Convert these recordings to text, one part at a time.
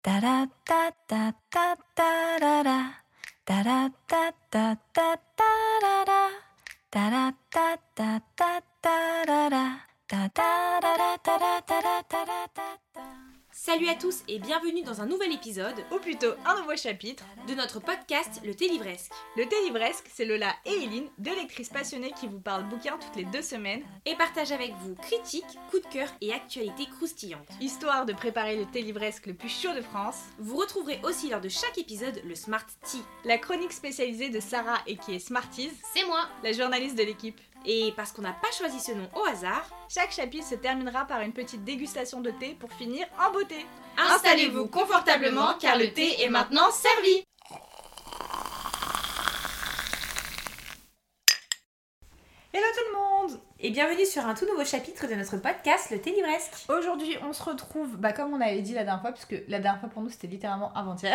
따라따따따따라라 따라따따따따라라 따라따따따따라라 따라라라따라따라따라따. Salut à tous et bienvenue dans un nouvel épisode, ou plutôt un nouveau chapitre, de notre podcast Le Thé Livresque. Le Thé Livresque, c'est Lola et Eline, deux lectrices passionnées qui vous parlent bouquins toutes les 2 semaines Et partage avec vous critiques, coups de cœur et actualités croustillantes. histoire de préparer le thé livresque le plus chaud de France. Vous retrouverez aussi lors de chaque épisode le Smart Tea. La chronique spécialisée de Sarah et qui est Smarties, C'est moi. la journaliste de l'équipe. Et parce qu'on n'a pas choisi ce nom au hasard, Chaque chapitre se terminera par une petite dégustation de thé pour finir en beauté. installez-vous confortablement car le thé est maintenant servi. Hello tout le monde! Et bienvenue sur un tout nouveau chapitre de notre podcast Le Thé Livresque. Aujourd'hui, on se retrouve, comme on avait dit la dernière fois, puisque la dernière fois pour nous c'était littéralement avant-hier.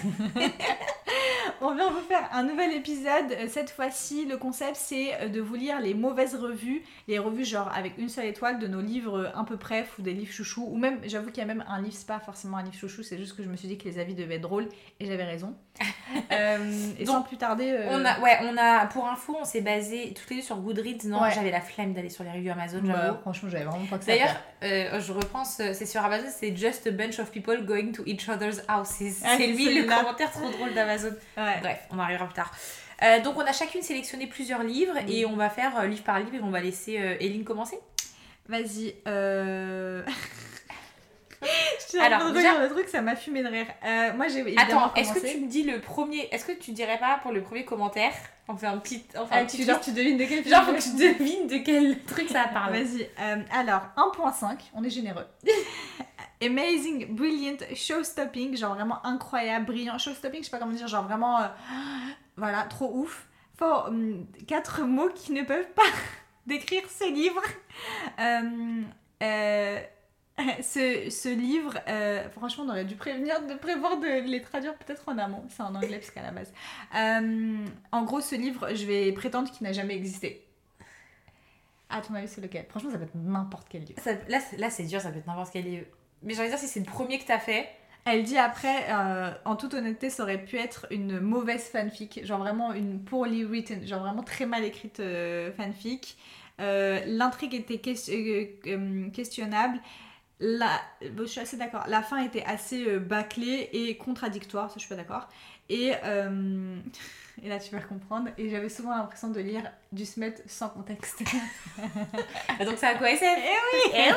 On vient vous faire un nouvel épisode. Cette fois-ci, le concept c'est de vous lire les mauvaises revues, les revues genre avec une seule étoile de nos livres un peu brefs ou des livres chouchous, ou même, j'avoue qu'il y a même un livre, c'est pas forcément un livre chouchou, c'est juste que je me suis dit que les avis devaient être drôles et j'avais raison. Et Donc, sans plus tarder, On a, pour info, on s'est basé toutes les deux sur Goodreads. Non, Ouais. j'avais la flemme d'aller sur les reviews Amazon, bah, j'avoue. franchement, j'avais vraiment pas que ça. à D'ailleurs, faire. je reprends, c'est sur Amazon, c'est Just a bunch of people going to each other's houses. Ah, c'est lui le celui-là. commentaire trop drôle d'Amazon. Ouais. Bref, on en arrivera plus tard. Donc on a chacune sélectionné plusieurs livres et on va faire livre par livre et on va laisser Eline commencer. Vas-y. Je suis en Alors, train de déjà- relire le truc, ça m'a fumé de rire. Moi, j'ai évidemment Attends, est-ce que commencé. tu me dis le premier... Est-ce que tu dirais pas pour le premier commentaire, on fait un petit... Enfin, un petit genre, tu devines de quel film genre faut que tu devines de quel truc ça parle. Vas-y. Alors, 1.5, on est généreux. Amazing, brilliant, show-stopping, genre vraiment incroyable, brillant. Show-stopping, je sais pas comment dire, genre vraiment, voilà, trop ouf. 4 mots qui ne peuvent pas décrire ce livre. Ce livre, franchement, on aurait dû prévoir de les traduire peut-être en amont. C'est en anglais parce qu'à la base. En gros, ce livre, je vais prétendre qu'il n'a jamais existé. À ton avis, c'est lequel? Franchement, ça peut être n'importe quel livre. Là c'est dur, ça peut être n'importe quel livre. Mais j'ai envie de dire si c'est le premier que t'as fait... Elle dit après, en toute honnêteté, ça aurait pu être une mauvaise fanfic, genre vraiment une poorly written, genre vraiment très mal écrite fanfic. L'intrigue était questionnable. Je suis assez d'accord. La fin était assez bâclée et contradictoire, ça je suis pas d'accord. Et là tu vas comprendre. Et j'avais souvent l'impression de lire du smut sans contexte. Donc c'est à quoi SF? Eh oui.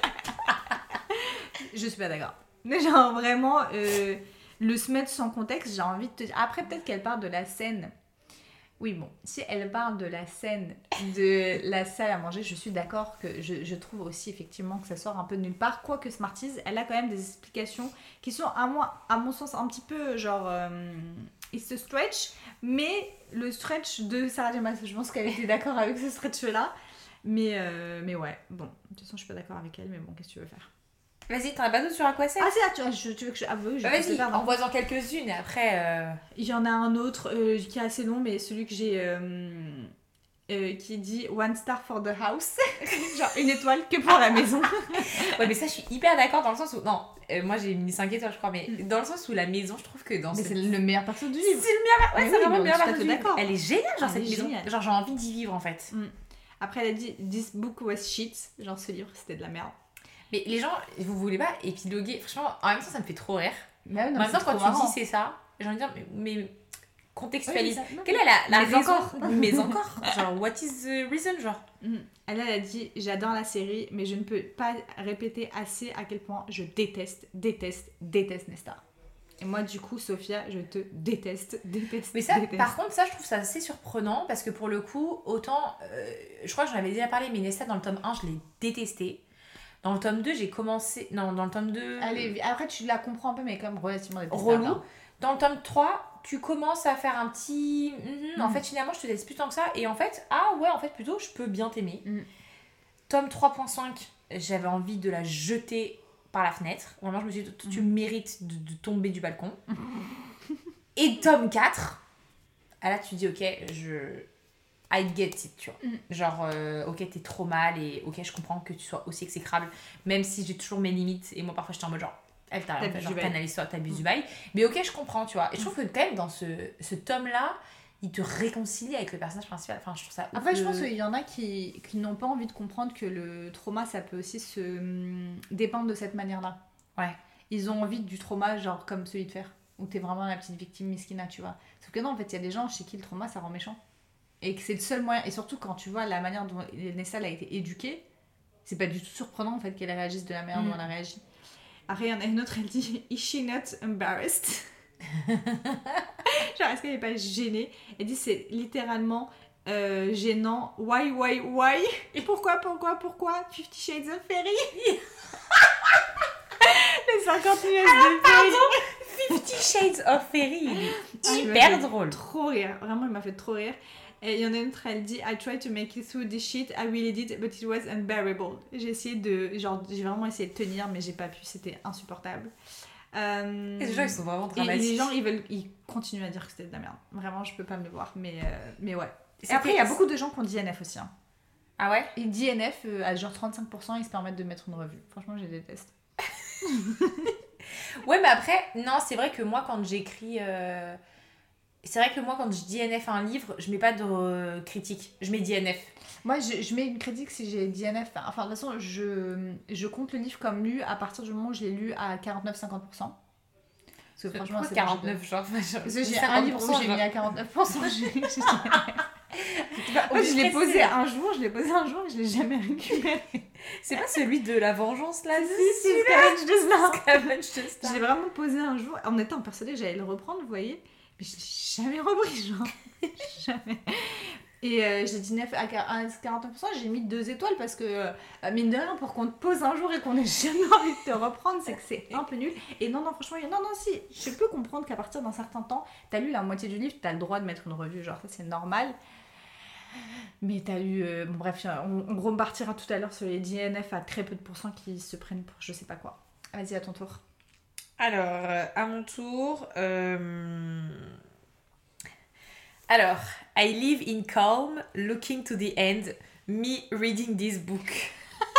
Je suis pas d'accord. Mais genre vraiment, le smut sans contexte, j'ai envie de te dire. Après, peut-être qu'elle parle de la scène. Oui, bon, si elle parle de la scène de la salle à manger, je suis d'accord que je trouve aussi effectivement que ça sort un peu de nulle part. Quoique Smarties, elle a quand même des explications qui sont à mon sens un petit peu genre it's a stretch, mais le stretch de Sarah J. Maas, je pense qu'elle était d'accord avec ce stretch-là. Mais ouais, bon, de toute façon je suis pas d'accord avec elle, mais bon, qu'est-ce que tu veux faire? Vas-y, t'en as pas d'autres sur à quoi SF? Ah c'est là, tu veux que je avoue, je vais te Vas-y, faire. envoie-en quelques-unes et après... Il y en a un autre qui est assez long, mais celui que j'ai qui dit One star for the house. Genre une étoile que pour la maison. Ouais, mais ça, je suis hyper d'accord dans le sens où... Non, moi j'ai mis 5 étoiles, je crois, mais dans le sens où la maison, je trouve que dans Mais ce... c'est le meilleur perso du C'est livre. le meilleur... Ouais, Mais c'est oui, vraiment le mais on meilleur est tout à perso fait du livre. d'accord. Elle est géniale, genre, Elle cette est maison. géniale. Genre, j'ai envie d'y vivre, en fait. Après, elle a dit This book was shit. Genre ce livre, c'était de la merde. Mais les gens, vous voulez pas épiloguer? Franchement, en même temps, ça me fait trop rire. Mais non, Maintenant, c'est quand trop tu marrant. dis c'est ça, j'ai envie de dire, mais contextualise. Oui, mais ça- non. Quelle est la Mais raison? encore. Mais encore. Genre, what is the reason, genre? Elle a dit J'adore la série, mais je ne peux pas répéter assez à quel point je déteste Nesta. Et moi, du coup, Sophia, je te déteste. Mais ça, déteste. par contre, ça, je trouve ça assez surprenant parce que pour le coup, autant, je crois que j'en avais déjà parlé, mais Nesta, dans le tome 1, je l'ai détesté. Dans le tome 2, j'ai commencé... Non, dans le tome 2... Allez, après, tu la comprends un peu, mais quand même relativement détestable. relou. Dans le tome 3, tu commences à faire un petit... En fait, finalement, je te laisse plus tant que ça. Et en fait, en fait, plutôt, je peux bien t'aimer. Tome 3.5, j'avais envie de la jeter par la fenêtre. Vraiment, je me suis dit, tu mérites de tomber du balcon. Et tome 4, là, tu dis, ok, I get it, tu vois. Genre, ok, t'es trop mal et ok, je comprends que tu sois aussi exécrable, même si j'ai toujours mes limites. Et moi, parfois, j'étais en mode genre, Elle t'a T'abuses du bail. t'analyse toi, t'abuses du bail. Mais ok, je comprends, tu vois. Et je trouve que quand même, dans ce tome-là, il te réconcilie avec le personnage principal. Enfin, je trouve ça... Après, je pense qu'il y en a qui n'ont pas envie de comprendre que le trauma, ça peut aussi se dépendre de cette manière-là. Ouais. Ils ont envie du trauma, genre comme celui de Fer, où t'es vraiment la petite victime miskina, tu vois. Sauf que non, en fait, il y a des gens chez qui le trauma, ça rend méchant. Et que c'est le seul moyen. Et surtout, quand tu vois la manière dont Nessa a été éduquée, c'est pas du tout surprenant, en fait, qu'elle réagisse de la manière dont elle a réagi. Après, il y en a une autre, elle dit « Is she not embarrassed ?» Genre, est-ce qu'elle n'est pas gênée? Elle dit c'est littéralement gênant. Why? Et pourquoi 50 Shades of Fairy. Les 50 nuances de Fairy. 50 Shades of Fairy, il est Il m'a hyper fait drôle. Trop rire, vraiment il m'a fait trop rire. Et il y en a une autre, elle dit I tried to make it through this shit, I really did, but it was unbearable. J'ai essayé de, genre, j'ai vraiment essayé de tenir, mais j'ai pas pu, c'était insupportable. Et les gens, ils sont vraiment Et dramatiques. les gens, ils continuent à dire que c'était de la merde. Vraiment, je peux pas me le voir, mais ouais. Et C'était- après, il y a beaucoup de gens qui ont DNF aussi. Hein. Ah ouais? Et DNF, à genre 35%, ils se permettent de mettre une revue. Franchement, je les déteste. Ouais, mais après, non, c'est vrai que moi, quand j'écris... C'est vrai que moi, quand je DNF un livre, je mets pas de critique. Je mets DNF. Moi, je mets une critique si j'ai DNF. Enfin, de toute façon, je compte le livre comme lu à partir du moment où je l'ai lu à 49-50%. Parce que franchement, c'est 49, genre. Parce que j'ai un livre où j'ai mis à 49%. Moi, je l'ai posé un jour, et je l'ai jamais récupéré. C'est pas celui de la vengeance, là? Si, Scavenge the Star. Scavenge the Star. Je l'ai vraiment posé un jour en étant persuadée que j'allais le reprendre, vous voyez. Mais je l'ai jamais repris, genre. Jamais. Et j'ai dit 9 à 49%, j'ai mis 2 étoiles parce que, mine de rien, pour qu'on te pose un jour et qu'on ait jamais envie de te reprendre, c'est que c'est un peu nul. Et non, franchement, si, je peux comprendre qu'à partir d'un certain temps, t'as lu la moitié du livre, t'as le droit de mettre une revue, genre ça c'est normal. Mais t'as lu. Bon, bref, on repartira tout à l'heure sur les DNF à très peu de pourcents qui se prennent pour je sais pas quoi. Vas-y, à ton tour. Alors, à mon tour... Alors, I live in calm, looking to the end, me reading this book.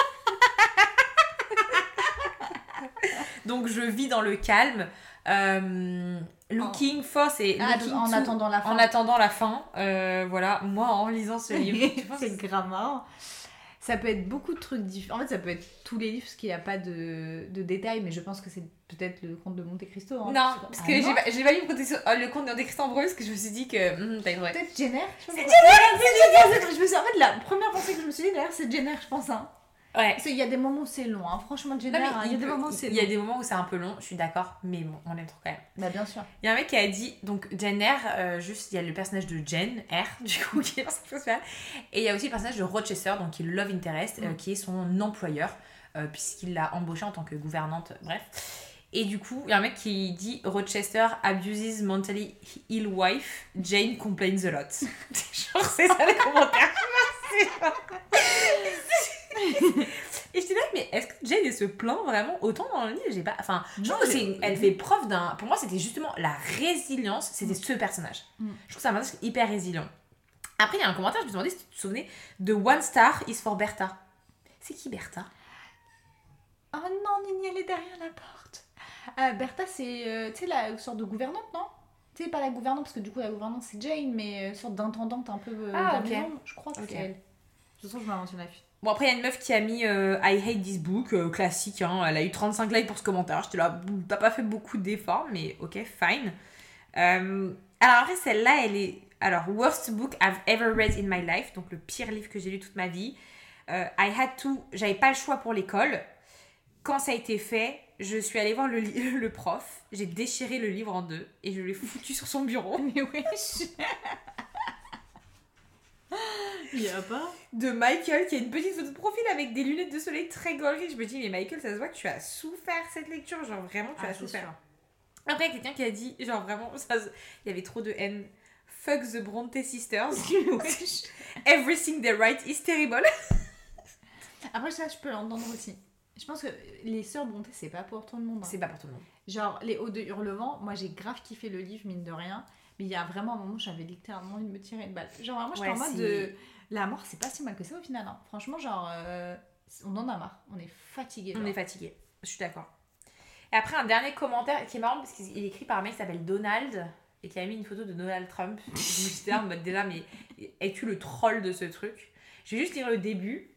Donc, je vis dans le calme. Looking for, c'est looking en to- attendant la fin. En attendant la fin. Voilà, moi, en lisant ce livre. Tu vois, C'est grave marrant. Ça peut être beaucoup de trucs différents. En fait, ça peut être tous les livres parce qu'il n'y a pas de détails, mais je pense que c'est peut-être le conte de Monte Cristo. Hein, non, parce que non. j'ai pas lu le conte de Monte Cristo en brevet parce que je me suis dit que... t'as une vraie. Peut-être Jenner. C'est Jenner. Je me suis en fait la première pensée que je me suis dit d'ailleurs c'est Jenner, je pense. Hein. Ouais. Parce qu'il y a des moments où c'est long. Hein. Franchement, Jenner, Non, mais il y a des moments où c'est long. il y a des moments où c'est un peu long, je suis d'accord, mais bon, on aime trop quand même. Bah bien sûr. Il y a un mec qui a dit, donc Jen R, juste il y a le personnage de Jen R, du coup, qui est le personnage principal, et il y a aussi le personnage de Rochester, donc qui est le love interest, qui est son employeur, puisqu'il l'a embauché en tant que gouvernante, bref. Et du coup, il y a un mec qui dit Rochester abuses mentally ill wife, Jane complains a lot. Genre, c'est ça les commentaires. Et je dis là, mais est-ce que Jane elle se plaint vraiment autant dans le livre? J'ai pas. Enfin, je trouve que elle fait preuve d'un. Pour moi, c'était justement la résilience, c'était ce personnage. Je trouve que c'est un personnage hyper résilient. Après, il y a un commentaire, je me demandais si tu te souvenais de One Star is for Bertha. C'est qui Bertha? Oh non, Nini, elle est derrière la porte. Bertha, c'est tu sais la sorte de gouvernante, non? Tu sais, pas la gouvernante, parce que du coup, la gouvernante c'est Jane, mais une sorte d'intendante un peu de la maison. Je crois que c'est elle. De toute façon, je m'invente une affiche. Bon, après, il y a une meuf qui a mis I hate this book, classique, hein. Elle a eu 35 likes pour ce commentaire. J'étais là, t'as pas fait beaucoup d'efforts, mais ok, fine. Alors après, celle-là, elle est... Alors, worst book I've ever read in my life, donc le pire livre que j'ai lu toute ma vie. J'avais pas le choix pour l'école. Quand ça a été fait, je suis allée voir le prof, j'ai déchiré le livre en deux et je l'ai foutu sur son bureau. Mais wesh. Il y a pas. De Michael qui a une petite photo de profil avec des lunettes de soleil très gauleries. Je me dis, mais Michael, ça se voit que tu as souffert cette lecture, genre vraiment tu as souffert. Sûr. Après, il y a quelqu'un qui a dit, genre vraiment, il y avait trop de haine. Fuck the Bronte sisters. Everything they write is terrible. Après ça, je peux l'entendre aussi. Je pense que les sœurs Brontë, c'est pas pour tout le monde. Hein. C'est pas pour tout le monde. Genre, les Hauts de Hurlevent, moi j'ai grave kiffé le livre, mine de rien. Mais il y a vraiment un moment où j'avais littéralement envie de me tirer une balle. Genre, vraiment, j'étais en mode de. La mort, c'est pas si mal que ça au final. Hein. Franchement, genre, on en a marre. On est fatigué. On est fatigué. Je suis d'accord. Et après, un dernier commentaire qui est marrant parce qu'il est écrit par un mec qui s'appelle Donald et qui a mis une photo de Donald Trump. Je me suis dit en mode déjà, mais es-tu le troll de ce truc? Je vais juste lire le début.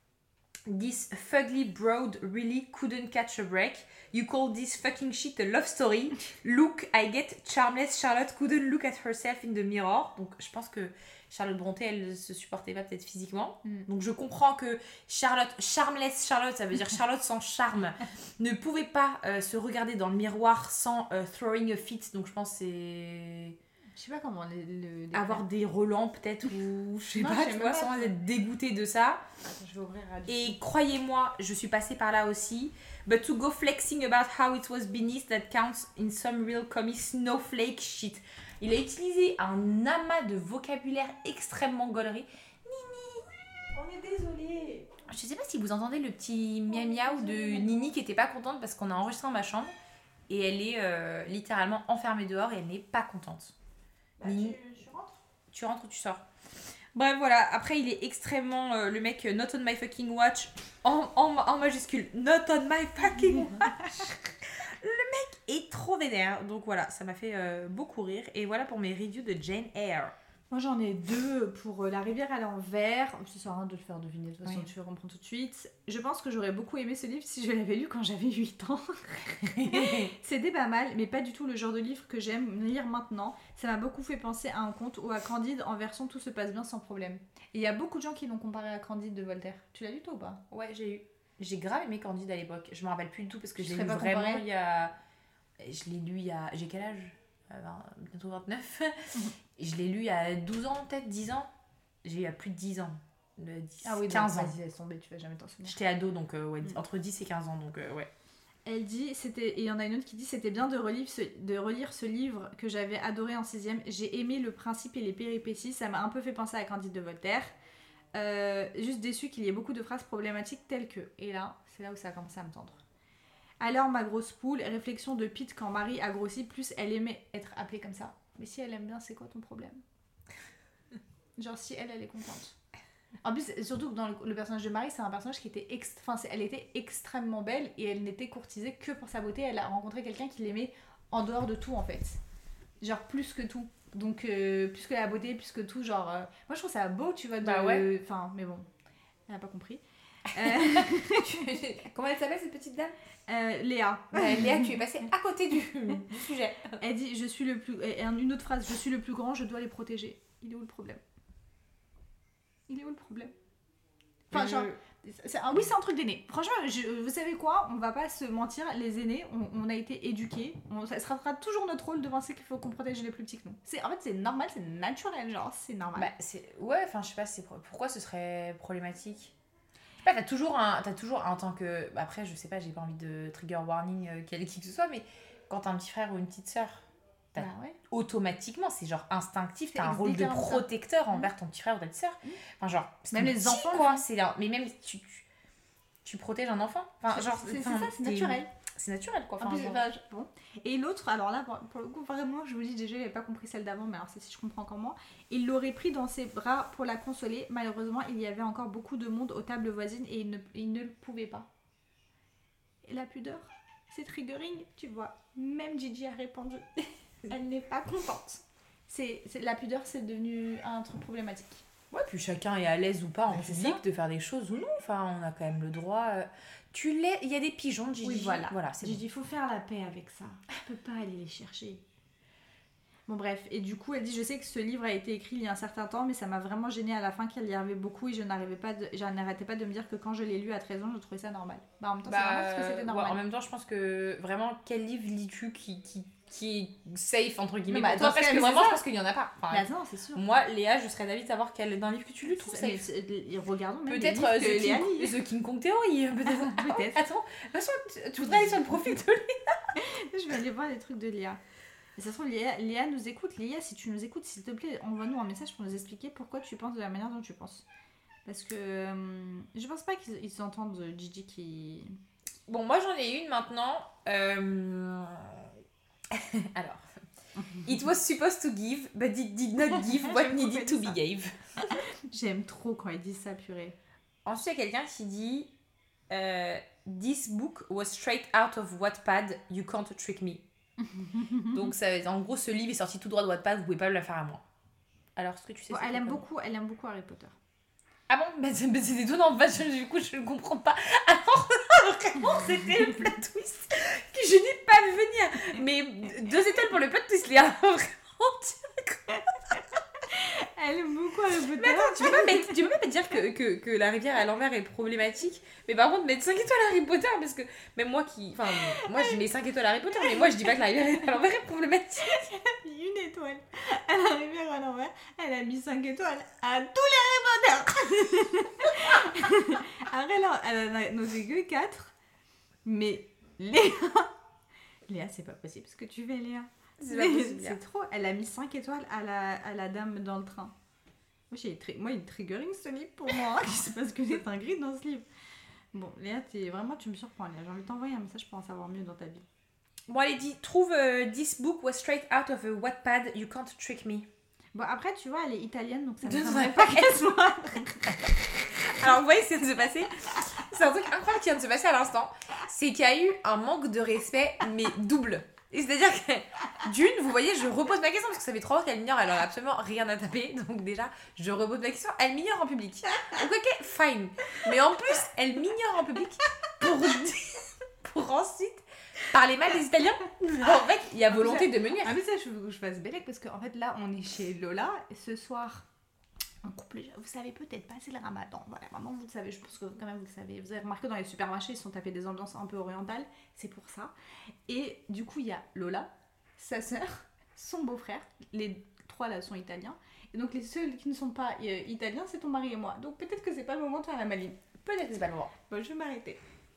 This fugly broad really couldn't catch a break. You call this fucking shit a love story. Look, I get charmless Charlotte couldn't look at herself in the mirror. Donc je pense que Charlotte Brontë, elle ne se supportait pas peut-être physiquement. Donc je comprends que charmless Charlotte, ça veut dire Charlotte sans charme, ne pouvait pas se regarder dans le miroir sans throwing a fit. Donc je pense que c'est... Je sais pas comment avoir des relents peut-être ou je sais Non, pas, je sais tu même vois, pas. sans être dégoûtée de ça. Attends, je vais ouvrir Radio. Et croyez-moi, je suis passée par là aussi. But to go flexing about how it was beneath that counts in some real commie snowflake shit. Il a utilisé un amas de vocabulaire extrêmement gaulerie. Nini, on est désolé. Je sais pas si vous entendez le petit miaou de Nini qui était pas contente parce qu'on a enregistré dans ma chambre. Et elle est littéralement enfermée dehors et elle n'est pas contente. Nini, tu rentres ou tu sors? Bref, voilà. Après, il est extrêmement... le mec, not on my fucking watch, en majuscule. Not on my fucking watch. Le mec est trop vénère. Donc voilà, ça m'a fait beaucoup rire. Et voilà pour mes reviews de Jane Eyre. Moi j'en ai 2 pour La rivière à l'envers. Ça sert à rien de le faire deviner, de toute façon Oui. tu vas comprendre tout de suite. Je pense que j'aurais beaucoup aimé ce livre si je l'avais lu quand j'avais 8 ans. C'était pas mal, mais pas du tout le genre de livre que j'aime lire maintenant. Ça m'a beaucoup fait penser à un conte ou à Candide en version tout se passe bien sans problème. Et il y a beaucoup de gens qui l'ont comparé à Candide de Voltaire. Tu l'as lu toi ou pas? Ouais, j'ai grave aimé Candide à l'époque. Je me rappelle plus du tout parce que Tu je l'ai serais lu pas vraiment comparée? il y a... Je l'ai lu il y a... J'ai quel âge? Bientôt 29. Je l'ai lu il y a 12 ans, peut-être 10 ans. J'ai eu il y a plus de 10 ans. 10, Ah oui, 15 ans. vas-y, laisse tomber, tu vas jamais t'en souvenir. J'étais ado, donc ouais, entre 10 et 15 ans, donc ouais. Elle dit, et il y en a une autre qui dit, c'était bien de relire ce livre que j'avais adoré en 6ème. J'ai aimé le principe et les péripéties, ça m'a un peu fait penser à Candide de Voltaire. Juste déçue qu'il y ait beaucoup de phrases problématiques telles que... Et là, c'est là où ça a commencé à me tendre. Alors ma grosse poule, réflexion de Pete quand Marie a grossi, plus elle aimait être appelée comme ça. Mais si elle aime bien, c'est quoi ton problème? Genre si elle est contente. En plus, surtout que dans le personnage de Marie, c'est un personnage qui était elle était extrêmement belle et elle n'était courtisée que pour sa beauté. Elle a rencontré quelqu'un qui l'aimait en dehors de tout en fait. Genre plus que tout. Donc plus que la beauté, plus que tout. Genre, moi je trouve ça beau, tu vois. Bah ouais. Enfin, mais bon, elle n'a pas compris. Comment elle s'appelle cette petite dame? Léa. Léa, tu es passée à côté du sujet. Elle dit, je suis le plus... Et une autre phrase, je suis le plus grand, je dois les protéger. Il est où le problème? Il est où le problème? Enfin, genre... Oui, c'est un truc d'aîné. Franchement, vous savez quoi? On va pas se mentir, les aînés, on a été éduqués. Ça sera toujours notre rôle de penser qu'il faut qu'on protège les plus petits que nous. En fait, c'est normal, c'est naturel, genre, c'est normal. Bah, ouais, enfin, je sais pas, pourquoi ce serait problématique? Je sais pas, t'as toujours en tant que... Après, je sais pas, j'ai pas envie de trigger warning qui que ce soit, mais quand t'as un petit frère ou une petite sœur, Bah ouais. automatiquement, c'est genre instinctif, t'as C'est un rôle de littéralement ça. protecteur envers ton petit frère ou ta petite sœur. Enfin, genre, c'est Même tout les petit, enfants, quoi. le Mais même, tu protèges un enfant. Enfin, genre, c'est enfin, ça, c'est naturel. C'est naturel, quoi. En Enfin, plus, genre- bah, bon. Et l'autre, alors là, pour le coup, vraiment, je vous dis, déjà, j'avais pas compris celle d'avant, mais alors c'est si je comprends encore moins. Il l'aurait pris dans ses bras pour la consoler. Malheureusement, il y avait encore beaucoup de monde aux tables voisines et il ne le pouvait pas. Et la pudeur, c'est triggering, tu vois. Même Gigi a répondu. Elle n'est pas contente. La pudeur, c'est devenu un truc problématique. Ouais, puis chacun est à l'aise ou pas en Bah, c'est public ça. de faire des choses ou non. Enfin, on a quand même le droit. Il y a des pigeons, Gigi. Oui, voilà. c'est J'ai bon. dit, il faut faire la paix avec ça. Je peux pas aller les chercher. Bon, bref. Et du coup, elle dit, je sais que ce livre a été écrit il y a un certain temps, mais ça m'a vraiment gênée à la fin qu'elle y arrivait beaucoup et je n'arrêtais pas de me dire que quand je l'ai lu à 13 ans, je trouvais ça normal. Bah, en même temps, c'est normal parce que c'était ouais, normal. en même temps, je pense que vraiment, quel livre lis-tu qui est safe, entre guillemets, Non, bah, pour toi? dans ce Parce cas, que mais vraiment, c'est je ça. pense qu'il y en a pas. Enfin, Mais attends, c'est sûr. moi, Léa, je serais d'avis de savoir quel est un livre que tu lis, trouves Mais safe. regardons même Peut-être les livres que Léa lit. The King Kong Theory, peut-être. Peut-être. Attends, de toute façon, tu voudrais aller sur le profil de Léa? Je vais aller voir les trucs de Léa. Et ça se trouve, Léa nous écoute. Léa, si tu nous écoutes, s'il te plaît, envoie-nous un message pour nous expliquer pourquoi tu penses de la manière dont tu penses. Parce que je pense pas qu'ils entendent Gigi qui... Bon, moi, j'en ai une maintenant. Alors... It was supposed to give, but it did not give what J'aime needed to beaucoup be gave. J'aime trop quand ils disent ça, purée. Ensuite, il y a quelqu'un qui dit This book was straight out of Wattpad, you can't trick me. Donc ça, en gros, ce livre est sorti tout droit de Wattpad, vous pouvez pas me le faire à moi. Alors, est-ce que tu sais Elle aime beaucoup Harry Potter. Ah bon, mais c'est étonnant, en fait, du coup je ne comprends pas. Alors vraiment c'était le plot twist que je n'ai pas vu venir. Mais 2 étoiles pour le plot twist, Léa. Vraiment, Elle aime beaucoup Harry Potter. mais attends, tu peux pas me dire que la rivière à l'envers est problématique. Mais par contre, mettre 5 étoiles à Harry Potter, parce que même moi moi je mets 5 étoiles à Harry Potter, mais moi je dis pas que la rivière à l'envers est problématique. Elle a mis 1 étoile à la rivière à l'envers. Elle a mis 5 étoiles à tous les Harry Potter. Après, là, elle en a noté que 4. Mais Léa, c'est pas possible ce que tu fais, Léa. C'est pas possible, C'est trop. Elle a mis 5 étoiles à la dame dans le train. Moi, il est triggering ce livre pour moi. Il se passe que des dingueries dans ce livre. Bon, Léa, tu me surprends, Léa. J'ai envie de t'envoyer un message pour en savoir mieux dans ta vie. Bon, allez, trouve This book was straight out of a Wattpad, you can't trick me. Bon, après, tu vois, elle est italienne, donc ça ne m'étonnerait pas qu'elle soit. Alors, vous voyez ce qui vient de se passer. C'est un truc incroyable qui vient de se passer à l'instant. C'est qu'il y a eu un manque de respect, mais double. Et c'est-à-dire que, d'une, vous voyez, je repose ma question, parce que ça fait 3 ans qu'elle m'ignore, elle en a absolument rien à taper. Donc déjà, je repose ma question, elle m'ignore en public. Donc ok, fine. Mais en plus, elle m'ignore en public pour ensuite parler mal des Italiens. En fait, il y a volonté de me nuire. Ah mais ça, je fasse bellec parce qu'en fait là, on est chez Lola et ce soir, un couple, vous savez peut-être pas, c'est le ramadan. Voilà, maman, vous le savez, je pense que quand même vous le savez. Vous avez remarqué dans les supermarchés, ils sont tapés des ambiances un peu orientales, c'est pour ça. Et du coup, il y a Lola, sa sœur, son beau-frère, les 3 là sont italiens. Et donc les seuls qui ne sont pas italiens, c'est ton mari et moi. Donc peut-être que c'est pas le moment de faire la maline. Peut-être que c'est pas le moment. Bon, je vais m'arrêter.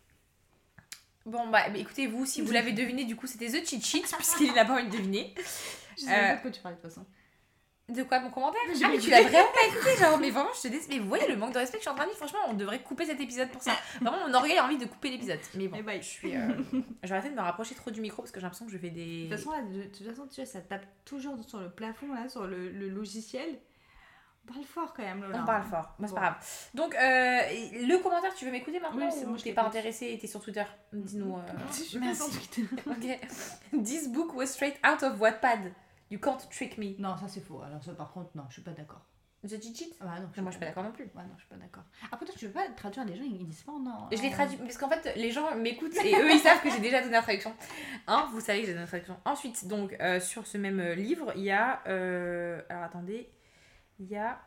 Bon, bah écoutez, vous, si vous l'avez deviné, du coup, c'était The Cheat Sheet, puisqu'il n'a pas envie de deviner. Je sais pas de quoi tu parles de toute façon. De quoi, mon commentaire? J'ai Ah, mais tu l'as vraiment pas écouté, genre, mais vraiment, je te dis, mais vous voyez le manque de respect que je suis en train de dire, franchement, on devrait couper cet épisode pour ça. Vraiment, mon orgueil a envie de couper l'épisode. Mais bon, bye. je suis. Je vais arrêter de me rapprocher trop du micro parce que j'ai l'impression que je fais des. De toute façon, là, tu vois, ça tape toujours sur le plafond, là, sur le logiciel. On parle fort quand même, Lola. On parle fort, moi c'est pas grave. Donc, le commentaire, tu veux m'écouter maintenant? Oui, c'est bon, ou je t'es t'écoute. pas intéressé et t'es sur Twitter? Dis-nous. Je suis merci. pas sur Twitter. Ok. This book was straight out of Wattpad. You can't trick me. Non, ça c'est faux. Alors ça par contre, non, je suis pas d'accord. The Cheat Sheet? Ah, non, Moi je suis pas d'accord non plus. Ouais, non, je suis pas d'accord. Après toi, tu veux pas traduire les gens, ils disent pas non. Je les traduis parce qu'en fait les gens m'écoutent et eux ils savent que j'ai déjà donné la traduction. Hein, vous savez que j'ai donné la traduction. Ensuite, donc sur ce même livre, il y a. Alors attendez. Il y a.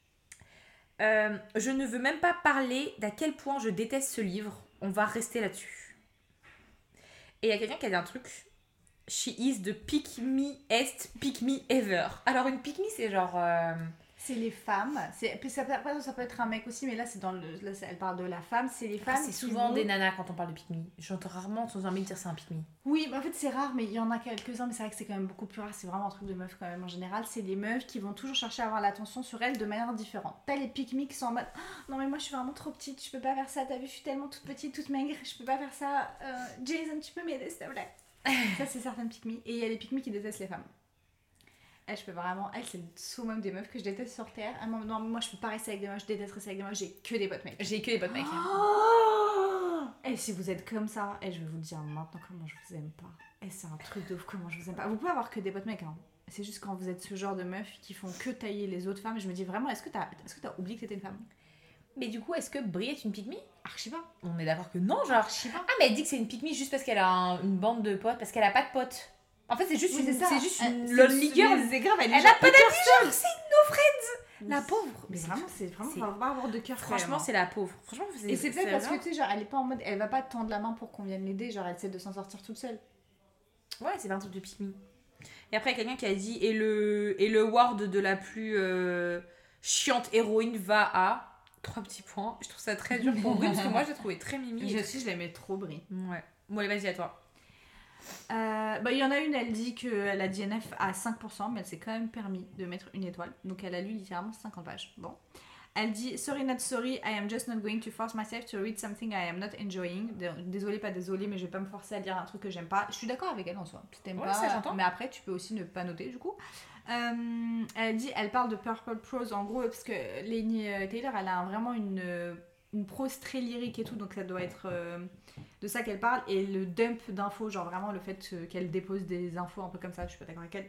Je ne veux même pas parler d'à quel point je déteste ce livre. On va rester là-dessus. Et il y a quelqu'un qui a dit un truc. She is the pick-me-est pick-me ever. Alors une pick-me c'est genre... C'est les femmes. Puis ça peut être un mec aussi, mais là, là, elle parle de la femme. C'est les femmes. c'est souvent des nanas quand on parle de pick-me. J'entends rarement entendre un mec dire c'est un pick-me. Oui, mais en fait, c'est rare, mais il y en a quelques-uns, mais c'est vrai que c'est quand même beaucoup plus rare. C'est vraiment un truc de meuf quand même en général. C'est des meufs qui vont toujours chercher à avoir l'attention sur elles de manière différente. T'as les pick-me qui sont en mode non, mais moi je suis vraiment trop petite, je peux pas faire ça. T'as vu, je suis tellement toute petite, toute maigre, je peux pas faire ça. Jason, tu peux m'aider s'il te plaît. Ça, c'est certaines pick-me. Et il y a les pick-me qui détestent les femmes. Elle, je peux vraiment. Elle, c'est le summum des meufs que je déteste sur Terre. Ah, non, moi, je peux pas rester avec des meufs, je déteste rester avec des meufs, j'ai que des potes mecs. J'ai que des potes mecs. Et si vous êtes comme ça, je vais vous dire maintenant comment je vous aime pas. Et c'est un truc de ouf comment je vous aime pas. Vous pouvez avoir que des potes mecs, hein. C'est juste quand vous êtes ce genre de meufs qui font que tailler les autres femmes. Je me dis vraiment, est-ce que t'as oublié que t'étais une femme? Mais du coup, est-ce que Brie est une pick-me? Archi pas. On est d'accord que non, genre. Ah, mais elle dit que c'est une pick-me juste parce qu'elle a une bande de potes, parce qu'elle a pas de potes. En fait, c'est juste Oui, une lonely girl. C'est grave, Elle a pas d'amis, genre, c'est no friends. La pauvre. Mais vraiment, c'est vraiment pas avoir de cœur. Franchement, c'est la pauvre. Franchement, et c'est peut-être parce que tu sais, genre, elle est pas en mode, elle va pas te tendre la main pour qu'on vienne l'aider, genre, elle essaie de s'en sortir toute seule. Ouais, c'est pas un truc de pick-me. Et après, il y a quelqu'un qui a dit et le word de la plus chiante héroïne va à 3 petits points. Je trouve ça très dur pour Brie parce que moi, je l'ai trouvé très mimi. Je aussi, je l'aimais trop, Brie. Ouais. Bon, allez, vas-y, à toi. Il y en a une, elle dit qu'elle a DNF à 5%, mais elle s'est quand même permis de mettre une étoile. Donc elle a lu littéralement 50 pages. Bon. Elle dit sorry not sorry, I am just not going to force myself to read something I am not enjoying. Désolée, pas désolée, mais je vais pas me forcer à lire un truc que j'aime pas. Je suis d'accord avec elle en soi. Tu t'aimes ouais, pas, ça, j'entends. mais après tu peux aussi ne pas noter du coup. Elle dit, elle parle de Purple Prose en gros parce que Laini Taylor, elle a vraiment une une prose très lyrique et tout, donc ça doit être de ça qu'elle parle. Et le dump d'infos, genre vraiment le fait qu'elle dépose des infos un peu comme ça, je suis pas d'accord avec elle.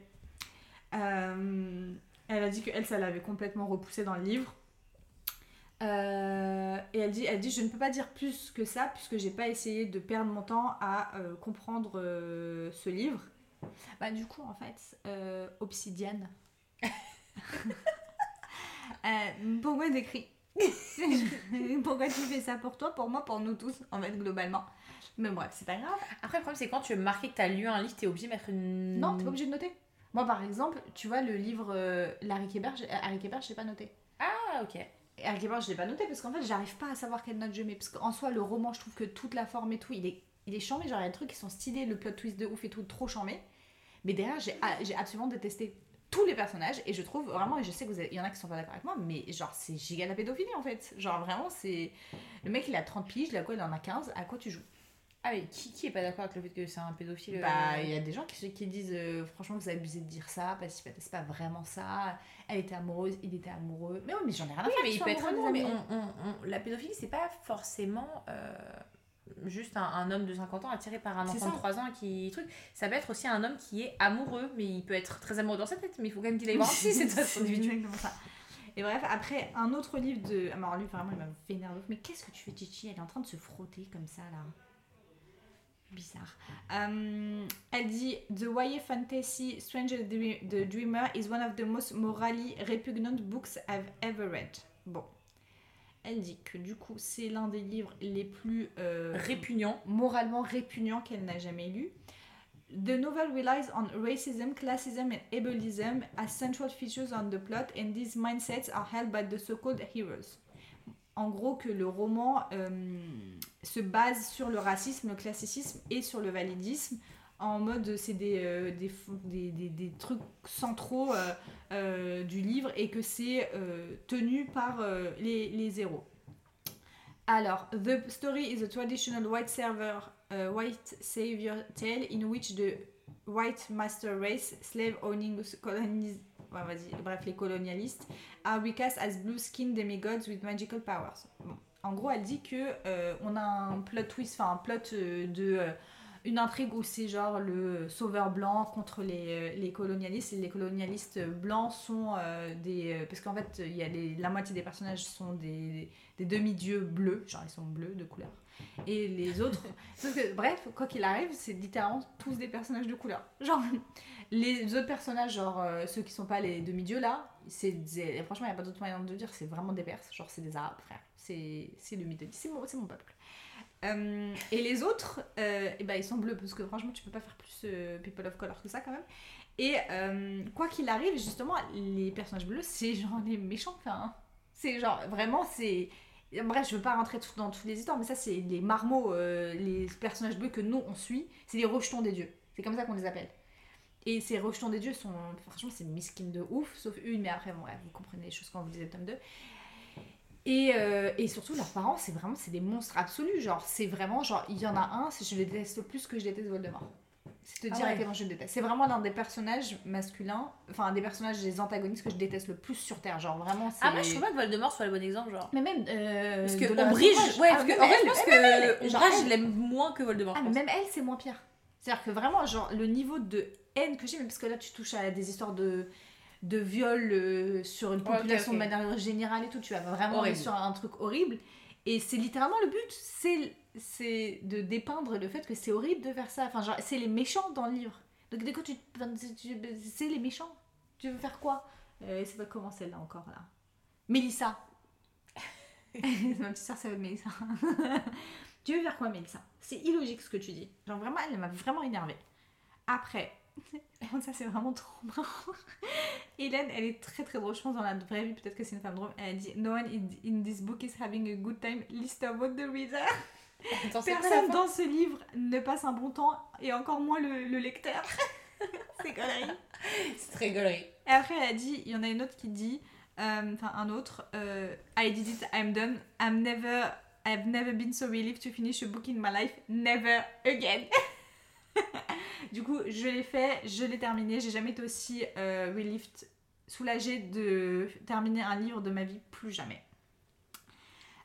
Elle a dit qu'elle, ça l'avait complètement repoussée dans le livre. Et elle dit je ne peux pas dire plus que ça puisque j'ai pas essayé de perdre mon temps à comprendre ce livre. Bah du coup en fait Obsidian pourquoi t'écris pourquoi tu fais ça pour toi, pour moi, pour nous tous en fait globalement, mais bref c'est pas grave. Après le problème c'est quand tu veux marquer que t'as lu un livre, t'es obligé de mettre une... Non, t'es pas obligé de noter. Moi par exemple tu vois le livre Harry Kéber, j'ai pas noté. Ah ok. Et Harry Kéber je l'ai pas noté parce qu'en fait j'arrive pas à savoir quelle note je mets, parce qu'en soi le roman je trouve que toute la forme et tout il est charmé, genre il y a des trucs qui sont stylés, le plot twist de ouf et tout, trop charmé, mais derrière j'ai absolument détesté tous les personnages et je trouve vraiment, et je sais qu'il y en a qui sont pas d'accord avec moi, mais genre c'est giga la pédophilie en fait, genre vraiment c'est le mec il a 30 piges, il en a 15, à quoi tu joues? Ah mais qui est pas d'accord avec le fait que c'est un pédophile? Bah il y a des gens qui disent franchement vous abusez de dire ça parce que c'est pas vraiment ça, elle était amoureuse, il était amoureux, mais oui mais j'en ai rien à faire. Mais il qu'ils peut être soient amoureux, amoureux, mais la pédophilie c'est pas forcément juste un homme de 50 ans attiré par un enfant de 3 ans qui truc, ça peut être aussi un homme qui est amoureux, mais il peut être très amoureux dans sa tête, mais il faut quand même qu'il aille voir un psy, c'est son individu. exactement ça. Et bref, après un autre livre de... Alors lui vraiment il m'a vénéré, mais qu'est-ce que tu fais Chichi? Elle est en train de se frotter comme ça là. Bizarre. Elle dit The YA fantasy Stranger the Dreamer is one of the most morally repugnant books I've ever read. Bon. Elle dit que du coup c'est l'un des livres les plus répugnants, moralement répugnants qu'elle n'a jamais lu. The novel relies on racism, classism and ableism as central features on the plot, and these mindsets are held by the so-called heroes. En gros que le roman se base sur le racisme, le classicisme et sur le validisme, en mode c'est des trucs centraux du livre et que c'est tenu par les héros. Alors, the story is a traditional white savior tale in which the white master race, slave owning les colonialistes, are recast as blue-skinned demigods with magical powers. Bon. En gros, elle dit que on a un plot twist, enfin un plot une intrigue où c'est genre le sauveur blanc contre les colonialistes, et les colonialistes blancs sont parce qu'en fait il y a la moitié des personnages sont des demi-dieux bleus, genre ils sont bleus de couleur, et les autres sauf que, bref, quoi qu'il arrive c'est littéralement tous des personnages de couleur, genre les autres personnages, genre ceux qui sont pas les demi-dieux là, franchement il n'y a pas d'autre moyen de dire, c'est vraiment des Perses, genre c'est des Arabes frère, c'est le Middle East, c'est mon peuple. Et les autres, ils sont bleus parce que franchement tu peux pas faire plus people of color que ça quand même. Et quoi qu'il arrive, justement, les personnages bleus, c'est genre les méchants. Enfin, c'est genre vraiment, c'est. Bref, je veux pas rentrer dans toutes les histoires, mais ça c'est les marmots, les personnages bleus que nous on suit, c'est les rejetons des dieux. C'est comme ça qu'on les appelle. Et ces rejetons des dieux sont, franchement, c'est miskin de ouf, sauf une, mais après, bon, bref, vous comprenez les choses quand vous lisez le tome 2. Et surtout leurs parents c'est des monstres absolus, genre c'est vraiment genre il y en a un, je le déteste plus que je déteste Voldemort, c'est te dire à quel point je le déteste, c'est vraiment l'un des personnages masculins, enfin un des personnages des antagonistes que je déteste le plus sur terre, genre vraiment c'est... Ah moi je trouve pas que Voldemort soit le bon exemple, genre mais même parce que Umbridge, ouais, parce que en fait je pense que Umbridge je l'aime moins que Voldemort. Ah mais même elle c'est moins pire, c'est à dire que vraiment genre le niveau de haine que j'ai, mais parce que là tu touches à des histoires de viol sur une population de manière générale et tout, tu vas vraiment aller sur un truc horrible, et c'est littéralement le but, c'est de dépeindre le fait que c'est horrible de faire ça, enfin genre c'est les méchants dans le livre, donc dès que c'est les méchants, tu veux faire quoi? C'est pas comment celle-là encore là, Mélissa. Ma petite soeur s'appelle Mélissa. Tu veux faire quoi Mélissa? C'est illogique ce que tu dis, genre vraiment elle m'a vraiment énervée. Après ça c'est vraiment trop marrant. Hélène, elle est très très drôle, je pense dans la vraie vie peut-être que c'est une femme drôle. Elle a dit No one in this book is having a good time, least of all the reader. Personne dans ce livre ne passe un bon temps, et encore moins le lecteur. C'est gaulerie. C'est très gaulerie. Et après elle a dit, il y en a une autre qui dit un autre I did it, I'm done, I've never been so relieved to finish a book in my life, never again. Du coup, je l'ai fait, je l'ai terminé. J'ai jamais été aussi relieved, soulagée de terminer un livre de ma vie, plus jamais.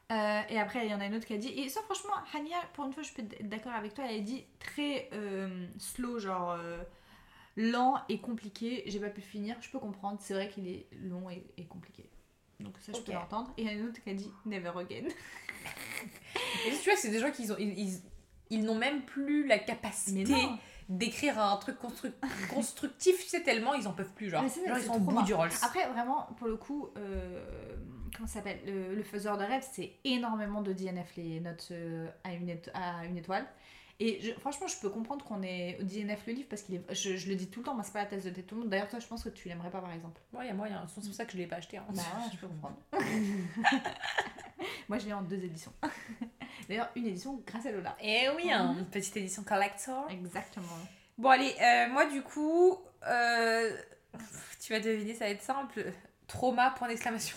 Et après, il y en a une autre qui a dit... Et ça, franchement, Hania, pour une fois, je peux être d'accord avec toi, elle a dit très slow, genre lent et compliqué. J'ai pas pu finir, je peux comprendre. C'est vrai qu'il est long et compliqué. Donc ça, je peux l'entendre. Et il y en a une autre qui a dit Never Again. Et tu vois, c'est des gens qui ils n'ont même plus la capacité d'écrire un truc constructif, tu sais, tellement ils en peuvent plus, genre ils sont au bout du Rolls. Après, vraiment, pour le coup, comment ça s'appelle, le faiseur de rêve, c'est énormément de DNF, les notes à une étoile. Et franchement, je peux comprendre qu'on ait DNF le livre parce qu'il est. Je le dis tout le temps, moi, c'est pas la tasse de thé de tout le monde. D'ailleurs, toi, je pense que tu l'aimerais pas, par exemple. Ouais, il y a moyen. C'est pour ça que je l'ai pas acheté. Hein. Bah ouais, je peux comprendre. Moi, je l'ai en 2 éditions. D'ailleurs, une édition grâce à Lola. Et oui, une petite édition collector. Exactement. Bon, allez, moi, du coup, tu vas deviner, ça va être simple. Trauma, point d'exclamation.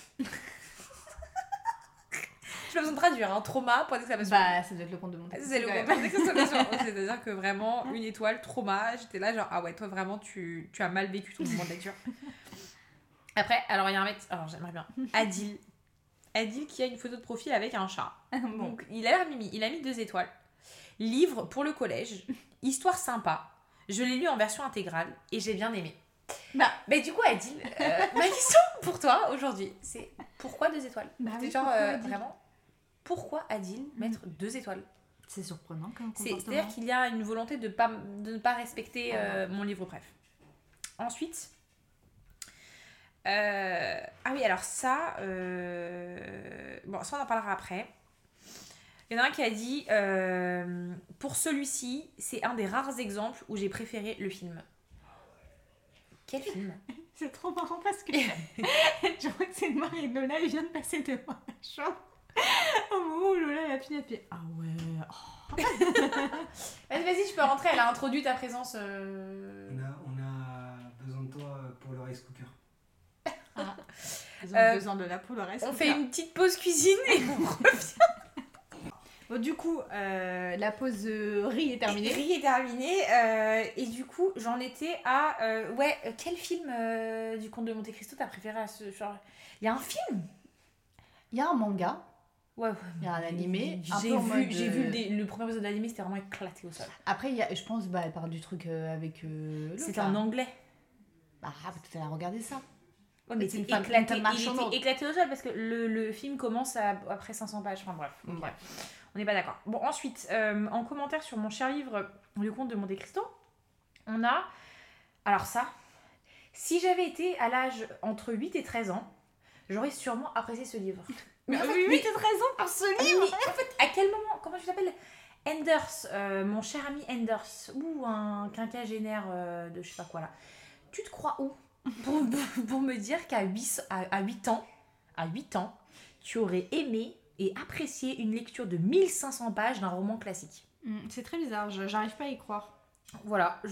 J'ai pas besoin de traduire, hein. Trauma, point d'exclamation. Bah, ça doit être le compte de Monte Cristo. C'est le compte point d'exclamation. C'est-à-dire que vraiment, une étoile, trauma. J'étais là, genre, ah ouais, toi, vraiment, tu as mal vécu ton moment de lecture. Après, alors, il y a un mec, alors j'aimerais bien, Adil qui a une photo de profil avec un chat. Donc, il a l'air mimi. Il a mis 2 étoiles. Livre pour le collège. Histoire sympa. Je l'ai lu en version intégrale et j'ai bien aimé. Mais du coup, Adil, ma question pour toi aujourd'hui, c'est pourquoi 2 étoiles? C'est genre, vraiment, pourquoi Adil mettre 2 étoiles? C'est surprenant comme comportement. C'est-à-dire qu'il y a une volonté de ne pas respecter mon livre bref. Ensuite... ah oui, alors ça, bon, ça on en parlera après. Il y en a un qui a dit pour celui-ci, c'est un des rares exemples où j'ai préféré le film. Quel film? C'est trop marrant parce que je crois que c'est Noir et Lola, il vient de passer devant la chambre. Au moment où Lola a fini, elle fait ah ouais. Vas-y, tu peux rentrer, elle a introduit ta présence. On a besoin de toi pour le rice cooker. Ah, ils ont besoin de la poule au reste. On fait une petite pause cuisine et on revient. Bon, du coup, la pause riz est terminée. Riz est terminée. Et du coup, j'en étais à... quel film du Comte de Monte Cristo t'as préféré à ce genre? Il y a un film? Il y a un manga. Ouais. Il y a un animé. J'ai vu le premier épisode d'animé, c'était vraiment éclaté au sol. Après, je pense, elle parle du truc avec... C'était en anglais. Bah, peut-être elle a regardé ça. Ouais, mais il était éclaté au sol parce que le film commence après 500 pages. Enfin bref, on n'est pas d'accord. Bon, ensuite, en commentaire sur mon cher livre, Le Comte de Monte Cristo, on a... Alors ça, si j'avais été à l'âge entre 8 et 13 ans, j'aurais sûrement apprécié ce livre. Mais en fait, 8 et 13 ans pour ce livre. En fait, à quel moment... Comment tu t'appelles? Enders, mon cher ami Enders, ou un quinquagénaire de je sais pas quoi là. Tu te crois où pour me dire qu'à 8 ans, tu aurais aimé et apprécié une lecture de 1500 pages d'un roman classique. C'est très bizarre, j'arrive pas à y croire. Voilà,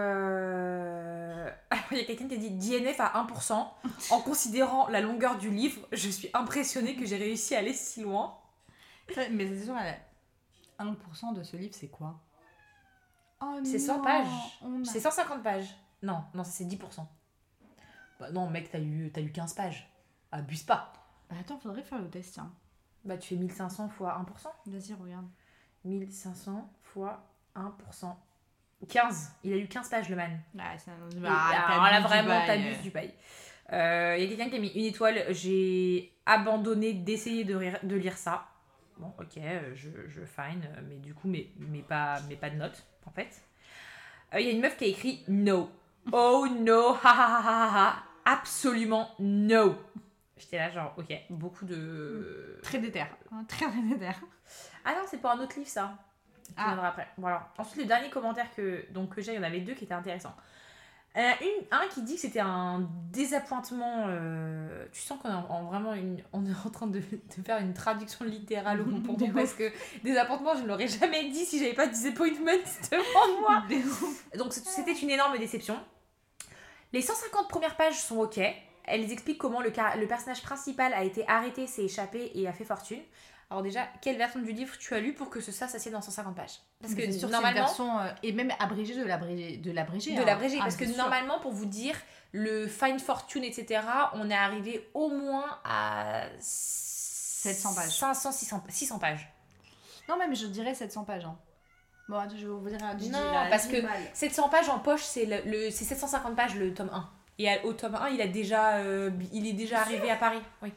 Alors, il y a quelqu'un qui a dit DNF à 1%. En considérant la longueur du livre, je suis impressionnée que j'ai réussi à aller si loin. Mais c'est sûr, 1% de ce livre, c'est quoi? C'est 100 pages. C'est 150 pages. Non, ça c'est 10%. Bah non, mec, t'as lu 15 pages. Abuse pas. Bah attends, faudrait faire le test, tiens. Bah tu fais 1500 fois 1%. Vas-y, regarde. 1500 fois 1%. 15. Il a lu 15 pages, le man. Alors là, vraiment, t'abuses du bail. Il y a quelqu'un qui a mis 1 étoile. J'ai abandonné d'essayer de lire ça. Bon, ok, je fine. Mais du coup, mais pas de notes, en fait. Il y a une meuf qui a écrit « No ». Oh no, ha ha ha ha, absolument no. J'étais là genre, ok, beaucoup de... Très déter. Très déter. Ah non, c'est pour un autre livre ça. Qui viendra après. Voilà. Ensuite, le dernier commentaire que j'ai, il y en avait 2 qui étaient intéressants. Un qui dit que c'était un désappointement. Tu sens qu'on est on est en train de faire une traduction littérale au pour parce que désappointement, je ne l'aurais jamais dit si j'avais pas disappointment devant moi. Donc c'était une énorme déception. Les 150 premières pages sont ok. Elles expliquent comment le personnage principal a été arrêté, s'est échappé et a fait fortune. Alors déjà, quelle version du livre tu as lu pour que ça s'assied dans 150 pages? Parce que sûr, normalement... c'est une version, et même abrégée de l'abrégé. De l'abrégé, parce que normalement, pour vous dire, le Find Fortune, etc., on est arrivé au moins à 700 pages. 500, 600 pages. Non, même je dirais 700 pages. Hein. Bon, attends, je vais vous dire un Gigi. Non, là, parce 10 que balles. 700 pages en poche, c'est c'est 750 pages le tome 1. Et au tome 1, il est déjà arrivé à Paris. Oui.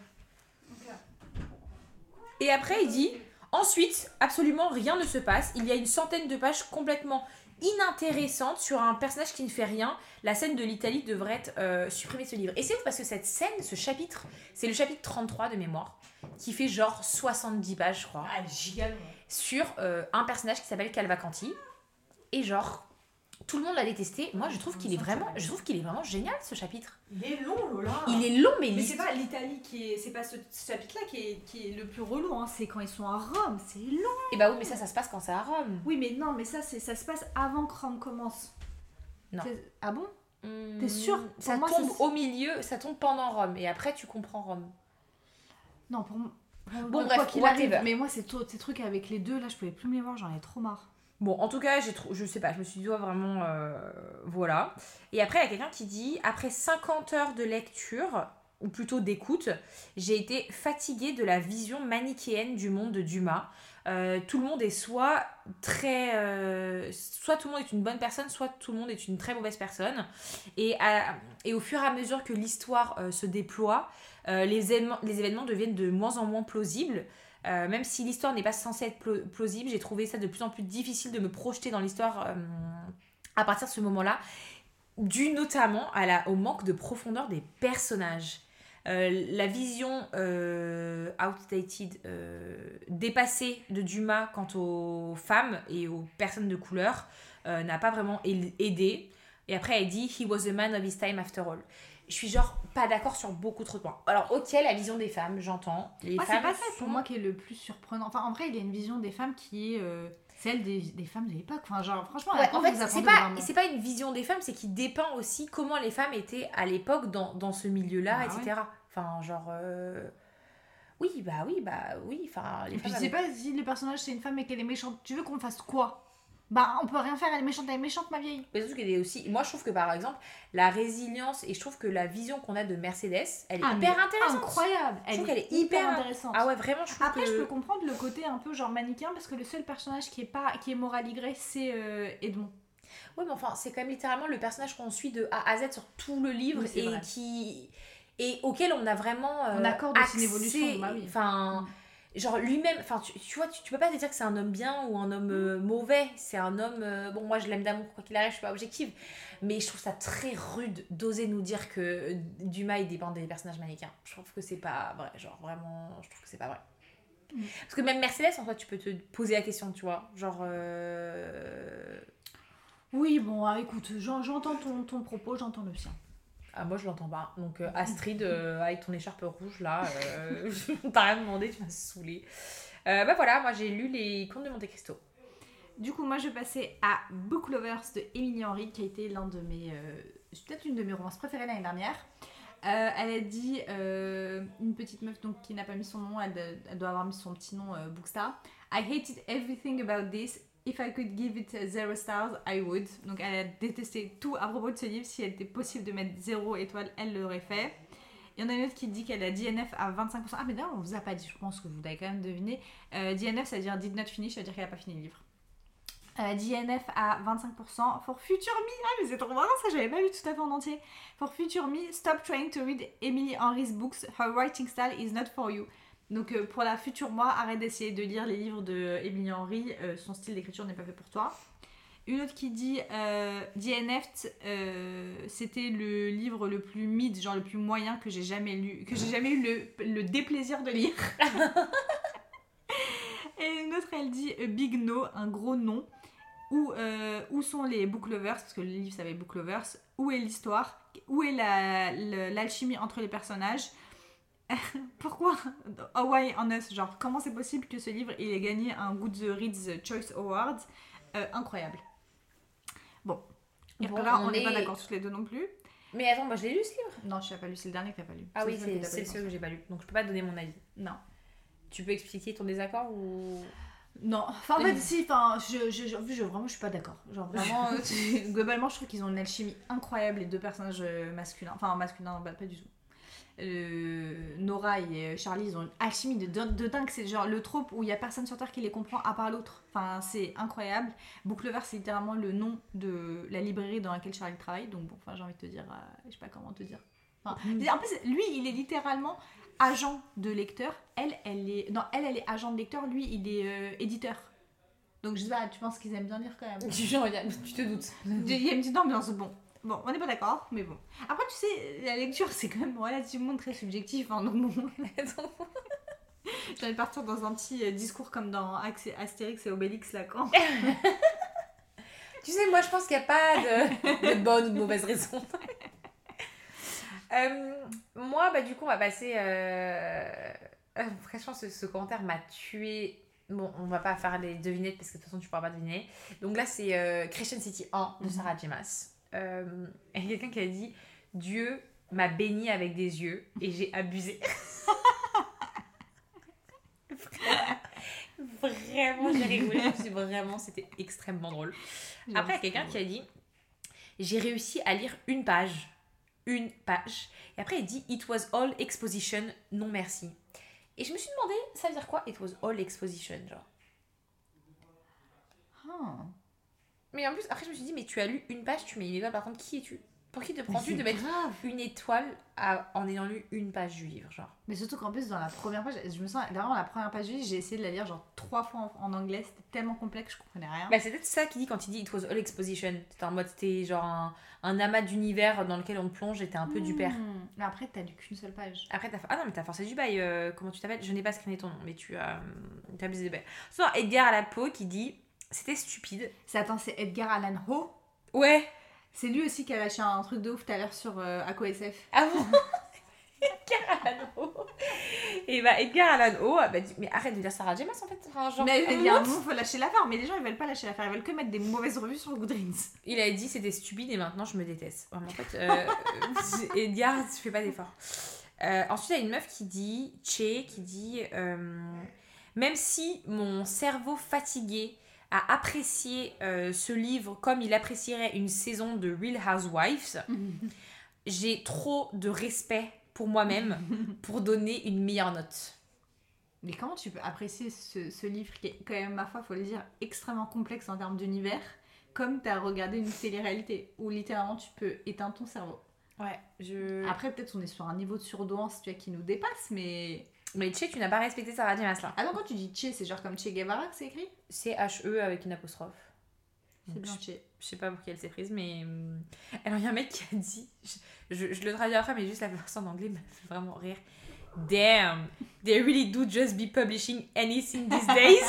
Et après, il dit, ensuite, absolument rien ne se passe. Il y a une centaine de pages complètement inintéressantes sur un personnage qui ne fait rien. La scène de l'Italie devrait être supprimée de ce livre. Et c'est parce que cette scène, ce chapitre, c'est le chapitre 33 de mémoire, qui fait genre 70 pages, je crois, giga long. sur un personnage qui s'appelle Calvacanti. Et genre, tout le monde l'a détesté. Moi, je trouve qu'il est vraiment génial, ce chapitre. Il est long, Lola. Il est long, mais Mais c'est pas l'Italie qui est. C'est pas ce chapitre-là qui est le plus relou, hein. C'est quand ils sont à Rome, c'est long. Et bah oui, mais ça se passe quand c'est à Rome. Oui, mais non, mais ça se passe avant que Rome commence. Non. Ah bon? T'es sûre? Ça Pour moi, tombe au milieu, ça tombe pendant Rome. Et après, tu comprends Rome. Non, pour moi. Bon, quoi bref, qu'il whatever. arrive. Mais moi, ces trucs avec les deux, là, je pouvais plus me les voir, j'en ai trop marre. Bon, en tout cas, je sais pas, je me suis dit, vraiment, voilà. Et après, il y a quelqu'un qui dit, après 50 heures de lecture, ou plutôt d'écoute, j'ai été fatiguée de la vision manichéenne du monde de Dumas. Tout le monde est soit tout le monde est une bonne personne, soit tout le monde est une très mauvaise personne. Et au fur et à mesure que l'histoire se déploie, les événements deviennent de moins en moins plausibles. Même si l'histoire n'est pas censée être plausible, j'ai trouvé ça de plus en plus difficile de me projeter dans l'histoire à partir de ce moment-là, dû notamment au manque de profondeur des personnages. La vision outdated, dépassée de Dumas quant aux femmes et aux personnes de couleur n'a pas vraiment aidé. Et après, elle dit « He was a man of his time after all ». Je suis genre pas d'accord sur beaucoup trop de points. Alors ok, la vision des femmes, j'entends. Les femmes c'est pas ça pour moi qui est le plus surprenant. Enfin, en vrai, il y a une vision des femmes qui est celle des femmes de l'époque. Enfin, genre, franchement, ouais, en fait, c'est pas une vision des femmes, c'est qui dépeint aussi comment les femmes étaient à l'époque dans ce milieu-là, etc. Ouais. Enfin, genre... Oui, enfin... Et puis, c'est pas si le personnage c'est une femme et qu'elle est méchante. Tu veux qu'on fasse quoi? Bah, on peut rien faire, elle est méchante, ma vieille. Mais surtout qu'elle est aussi... Moi, je trouve que, par exemple, la résilience, et je trouve que la vision qu'on a de Mercedes, elle est hyper intéressante. Incroyable. Je trouve qu'elle est hyper intéressante. Ah ouais, vraiment, je trouve Après, je peux comprendre le côté un peu genre manichéen, parce que le seul personnage qui est moraligré, c'est Edmond. Ouais, mais enfin, c'est quand même littéralement le personnage qu'on suit de A à Z sur tout le livre, oui, et auquel on a vraiment on accorde aussi une évolution. Bah oui. Enfin... Genre lui-même, enfin tu vois, tu peux pas te dire que c'est un homme bien ou un homme mauvais, c'est un homme, bon moi je l'aime d'amour quoi qu'il arrive, je suis pas objective, mais je trouve ça très rude d'oser nous dire que Dumas il dépend des personnages manichéens. Je trouve que c'est pas vrai, genre vraiment, je trouve que c'est pas vrai. Parce que même Mercedes en fait tu peux te poser la question, tu vois, genre... Oui bon écoute, j'entends ton propos, j'entends le sien. Ah, moi je l'entends pas. Donc Astrid, avec ton écharpe rouge là, t'as rien demandé, tu m'as saoulée. Bah voilà, moi j'ai lu les Contes de Monte Cristo. Du coup, moi je vais passer à Book Lovers de Émilie Henry, qui a été l'un de mes. Peut-être une de mes romances préférées l'année dernière. Elle a dit, une petite meuf donc, qui n'a pas mis son nom, elle doit avoir mis son petit nom Bookstar. I hated everything about this. If I could give it 0 stars, I would. Donc elle a détesté tout à propos de ce livre. Si elle était possible de mettre 0 étoile, elle l'aurait fait. Il y en a une autre qui dit qu'elle a DNF à 25%. Ah mais d'ailleurs on vous a pas dit, je pense que vous avez quand même deviné. DNF ça veut dire did not finish, ça veut dire qu'elle a pas fini le livre. DNF à 25% for Future Me. Ah mais c'est trop marrant ça, j'avais pas lu tout à fait en entier. For Future Me, stop trying to read Emily Henry's books. Her writing style is not for you. Donc pour la future moi, arrête d'essayer de lire les livres de Emily Henry, son style d'écriture n'est pas fait pour toi. Une autre qui dit DNF, c'était le livre le plus mid, genre le plus moyen que j'ai jamais lu, que j'ai jamais eu le déplaisir de lire. Et une autre elle dit big no, un gros non. Où sont les book lovers, parce que le livre s'appelle Book Lovers, où est l'histoire, où est l'alchimie entre les personnages. Pourquoi Why on Us, genre comment c'est possible que ce livre il ait gagné un Goodreads Choice Award, incroyable. Bon là on n'est pas d'accord toutes les deux non plus. Mais attends, moi je l'ai lu ce livre. Non, tu l'as pas lu, c'est le dernier que t'as pas lu. Ah oui, c'est celui que j'ai pas lu, donc je peux pas donner mon avis. Non. Tu peux expliquer ton désaccord ou... Non, enfin en fait si, enfin vraiment je suis pas d'accord. Genre vraiment globalement je trouve qu'ils ont une alchimie incroyable les deux personnages masculins, enfin masculins pas du tout. Nora et Charlie, ils ont une alchimie de dingue. C'est genre le trope où il y a personne sur Terre qui les comprend à part l'autre. Enfin, c'est incroyable. Booklover, c'est littéralement le nom de la librairie dans laquelle Charlie travaille. Donc bon, enfin, j'ai envie de te dire, je sais pas comment te dire. Enfin, en plus, lui, il est littéralement agent de lecteur. Elle est agent de lecteur. Lui, il est éditeur. Donc je sais pas, tu penses qu'ils aiment bien lire quand même. Tu te doutes. Il y a une petite ambiance, bon, on n'est pas d'accord, mais bon. Après, tu sais, la lecture, c'est quand même relativement très subjectif, hein, donc bon. J'ai envie de partir dans un petit discours comme dans Astérix et Obélix, là, quand... Tu sais, moi, je pense qu'il n'y a pas de bonne ou de mauvaise raison. Moi, bah, du coup, on va passer... Franchement, ce commentaire m'a tué. Bon, on va pas faire les devinettes parce que de toute façon, tu pourras pas deviner. Donc là, c'est Crescent City 1 de Sarah J. Maas. Il y a quelqu'un qui a dit « Dieu m'a béni avec des yeux et j'ai abusé. » Vraiment, j'ai rigolé. Je me suis dit, vraiment, c'était extrêmement drôle. Après, il y a quelqu'un qui a dit « J'ai réussi à lire une page. Une page. » Et après, il dit « It was all exposition. Non, merci. » Et je me suis demandé, ça veut dire quoi, it was all exposition, genre. Mais en plus, après, je me suis dit, mais tu as lu une page, tu mets une étoile, par contre, qui es-tu ? Pour qui te prends-tu de mettre une étoile en ayant lu une page du livre, genre. Mais surtout qu'en plus, dans la première page, je me sens vraiment la première page du livre, j'ai essayé de la lire genre 3 fois en anglais, c'était tellement complexe, je comprenais rien. Bah, c'est peut-être ça qu'il dit quand il dit it was all exposition. C'était en mode, c'était genre un amas d'univers dans lequel on plonge et t'es un peu du père. Mais après, t'as lu qu'une seule page. Après, ah non, mais t'as forcé du bail. Comment tu t'appelles ? Je n'ai pas screené ton nom, mais tu as abusé des bails. Sinon, Edgar Allan Poe qui dit c'était stupide. C'est Edgar Allan Poe. Ouais. C'est lui aussi qui a lâché un truc de ouf tout à l'heure sur AquaSF. Ah bon. Edgar Allan Poe. Et bah, Edgar Allan Poe bah, mais arrête de dire Sarah J. Maas en fait. Enfin, genre, mais il y a un moment, il faut lâcher l'affaire. Mais les gens, ils veulent pas lâcher l'affaire. Ils veulent que mettre des mauvaises revues sur Goodreads. Il a dit c'était stupide et maintenant je me déteste. Vraiment, en fait, Edgar, tu fais pas d'effort. Ensuite, il y a une meuf qui dit, même si mon cerveau fatigué a apprécié ce livre comme il apprécierait une saison de Real Housewives, j'ai trop de respect pour moi-même pour donner une meilleure note. Mais comment tu peux apprécier ce livre qui est quand même, ma foi, faut le dire, extrêmement complexe en termes d'univers, comme t'as regardé une télé-réalité où littéralement tu peux éteindre ton cerveau. Ouais, Après, peut-être on est sur un niveau de surdouance qui nous dépasse, mais... Mais Che, tu n'as pas respecté Sarah J. Maas là. Ah non, quand tu dis Che, c'est genre comme Che Guevara que c'est écrit ? C-H-E avec une apostrophe. C'est bien Che. Je sais pas pour qui elle s'est prise, mais... Alors, il y a un mec qui a dit... Je le traduis après, mais juste la version en anglais m'a fait vraiment rire. Damn, they really do just be publishing anything these days.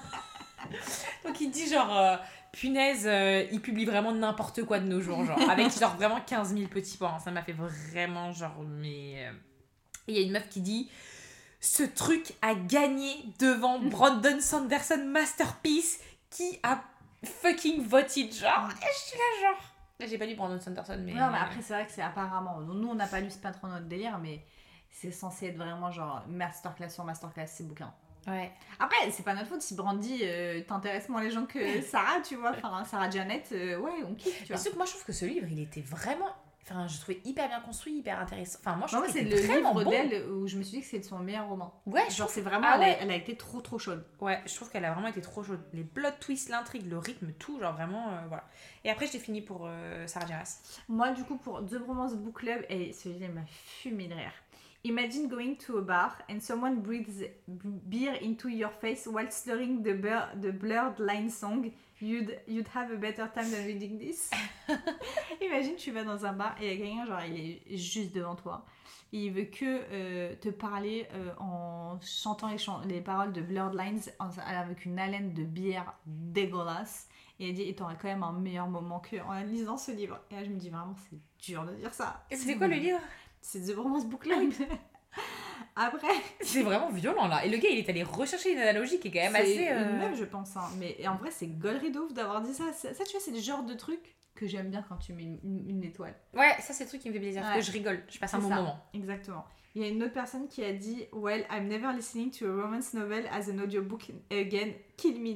Donc, il dit genre... punaise, il publie vraiment n'importe quoi de nos jours, genre. Avec genre vraiment 15 000 petits points. Ça m'a fait vraiment genre... Mais... Il y a une meuf qui dit... Ce truc a gagné devant Brandon Sanderson Masterpiece qui a fucking voté genre. Et je suis là genre. Là, j'ai pas lu Brandon Sanderson, mais... Non, mais après, c'est vrai que c'est apparemment... Nous, on n'a pas lu, c'est pas trop notre délire, mais c'est censé être vraiment genre masterclass sur masterclass, ces bouquins. Ouais. Après, c'est pas notre faute si Brandy t'intéresse moins les gens que Sarah, tu vois. Enfin, Sarah Janet, ouais, on kiffe, tu vois. Mais surtout que moi, je trouve que ce livre, il était vraiment... Enfin, je trouvais hyper bien construit, hyper intéressant. Enfin, moi, je trouve que c'est c'était vraiment livre bon. d'elle où je me suis dit que c'est son meilleur roman. Ouais, genre, c'est vraiment... elle a été trop chaude. Ouais, je trouve qu'elle a vraiment été trop chaude. Les plot twists, l'intrigue, le rythme, tout, genre vraiment, voilà. Et après, j'ai fini pour Sarah J. Maas. Moi, du coup, pour The Bromance Book Club, et celui-là m'a fumé de rire. Imagine going to a bar and someone breathes beer into your face while slurring the blurred line song. You'd have a better time than reading this. Imagine, tu vas dans un bar et il y a quelqu'un, genre, il est juste devant toi. Et il veut que te parler en chantant les paroles de Blurred Lines avec une haleine de bière dégueulasse. Et elle dit, et t'aurais quand même un meilleur moment qu'en lisant ce livre. Et là, je me dis, vraiment, c'est dur de dire ça. Et c'était quoi le livre ? C'est The Bromance Book Club. Après... C'est vraiment violent, là. Et le gars, il est allé rechercher une analogie qui est quand même assez... Même, je pense. Hein. Mais en vrai, c'est gaulerie de ouf d'avoir dit ça. Ça, tu vois, c'est le genre de truc que j'aime bien quand tu mets une étoile. Ouais, ça, c'est le truc qui me fait plaisir. Ouais. Parce que je rigole. Je passe un bon moment. Exactement. Il y a une autre personne qui a dit « Well, I'm never listening to a romance novel as an audiobook again. Kill me now. »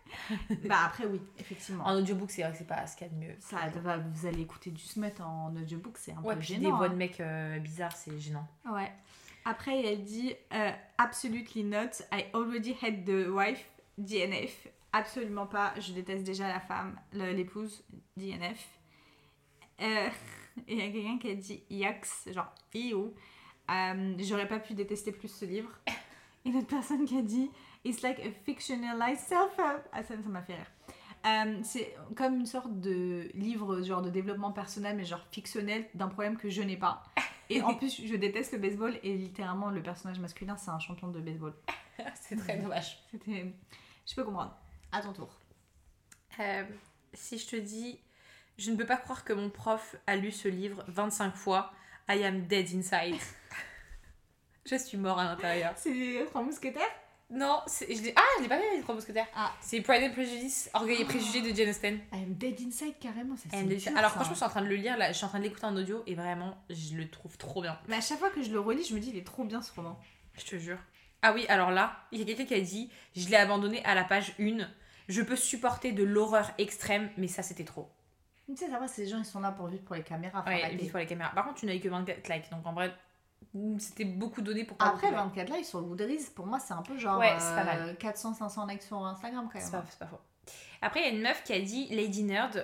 Bah après, oui, effectivement. En audiobook, c'est vrai que c'est pas ce qu'il y a de mieux. Vous allez écouter du smut en audiobook, c'est un Ouais, peu puis gênant. des voix hein. de mecs bizarres, c'est gênant. Ouais. Après, elle dit absolutely not. I already had the wife, DNF. Absolument pas. Je déteste déjà la femme, l'épouse, DNF. Et il y a quelqu'un qui a dit yaks, genre ew. J'aurais pas pu détester plus ce livre. Et une autre personne qui a dit it's like a fictionalized self-help. Ah, ça m'a fait rire. C'est comme une sorte de livre genre de développement personnel, mais genre fictionnel d'un problème que je n'ai pas. Et en plus, je déteste le baseball et littéralement, le personnage masculin, c'est un champion de baseball. C'est très dommage. Je peux comprendre. À ton tour. Si je te dis, je ne peux pas croire que mon prof a lu ce livre 25 fois, I am dead inside. Je suis mort à l'intérieur. C'est les Trois Mousquetaires? Non, je l'ai pas fait les Trois Mousquetaires. Ah. C'est Pride and Prejudice, Orgueil et Préjugés de Jane Austen. I am dead inside carrément, ça c'est dur, Alors ça. franchement, je suis en train de le lire, là, je suis en train de l'écouter en audio et vraiment, je le trouve trop bien. Mais à chaque fois que je le relis, je me dis il est trop bien ce roman. Je te jure. Ah oui, alors là, il y a quelqu'un qui a dit, je l'ai abandonné à la page 1. Je peux supporter de l'horreur extrême, mais ça c'était trop. Tu sais, ça va, ces gens ils sont là pour vivre pour les caméras. faut Ouais, arrêter. vite pour les caméras. Par contre, tu n'as eu que 24 likes, donc en vrai, c'était beaucoup donné pour pas Après, beaucoup de likes. 24 likes sur Goodreads, pour moi c'est un peu genre Ouais, c'est pas mal. 400-500 likes sur Instagram quand même. C'est pas faux. Après, il y a une meuf qui a dit, Lady Nerd,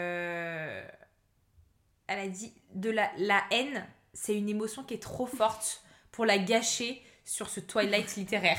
elle a dit, la haine, c'est une émotion qui est trop forte pour la gâcher sur ce Twilight littéraire.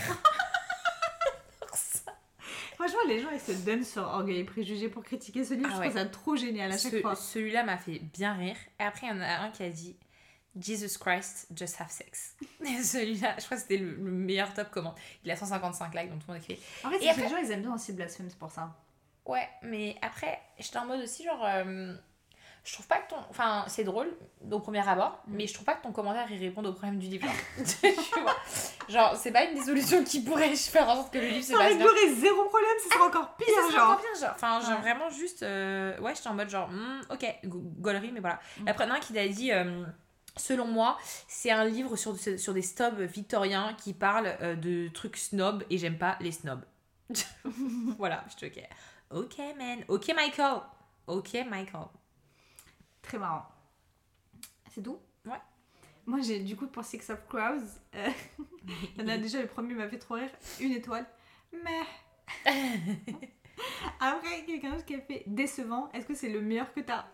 Franchement, les gens ils se donnent sur Orgueil et Préjugés pour critiquer ce livre. Ah Je ouais. trouve ça trop génial à chaque fois. Celui-là m'a fait bien rire. Et après, il y en a un qui a dit Jesus Christ, just have sex. Et celui-là, je crois que c'était le meilleur top comment. Il a 155 likes, donc tout le monde a écrit. En fait, Et c'est que après- les gens ils aiment bien aussi blasphème, c'est pour ça. Ouais, mais après, j'étais en mode aussi genre. Je trouve pas que ton. Enfin, c'est drôle au premier abord, mais je trouve pas que ton commentaire il réponde au problème du livre. Tu vois. Genre, c'est pas une des solutions qui pourrait faire en sorte que le livre se Ça passe bien. réglerait zéro problème, ce sera encore pire, Ça serait genre. encore pire, genre. Enfin, genre Ouais. vraiment juste. Ouais, j'étais en mode genre. Ok, gaulerie, mais voilà. Et après, il y en a un qui a dit. Selon moi, c'est un livre sur des snobs victoriens qui parlent de trucs snobs et j'aime pas les snobs. Voilà, je te ok. Ok, man. Ok, Michael. Ok, Michael. Très marrant. C'est tout? Ouais. Moi, j'ai du coup pour Six of Crows, il y en a déjà le premier m'a fait trop rire, 1 étoile. Mais. Après, quelqu'un d'autre qui a fait décevant, est-ce que c'est le meilleur que t'as?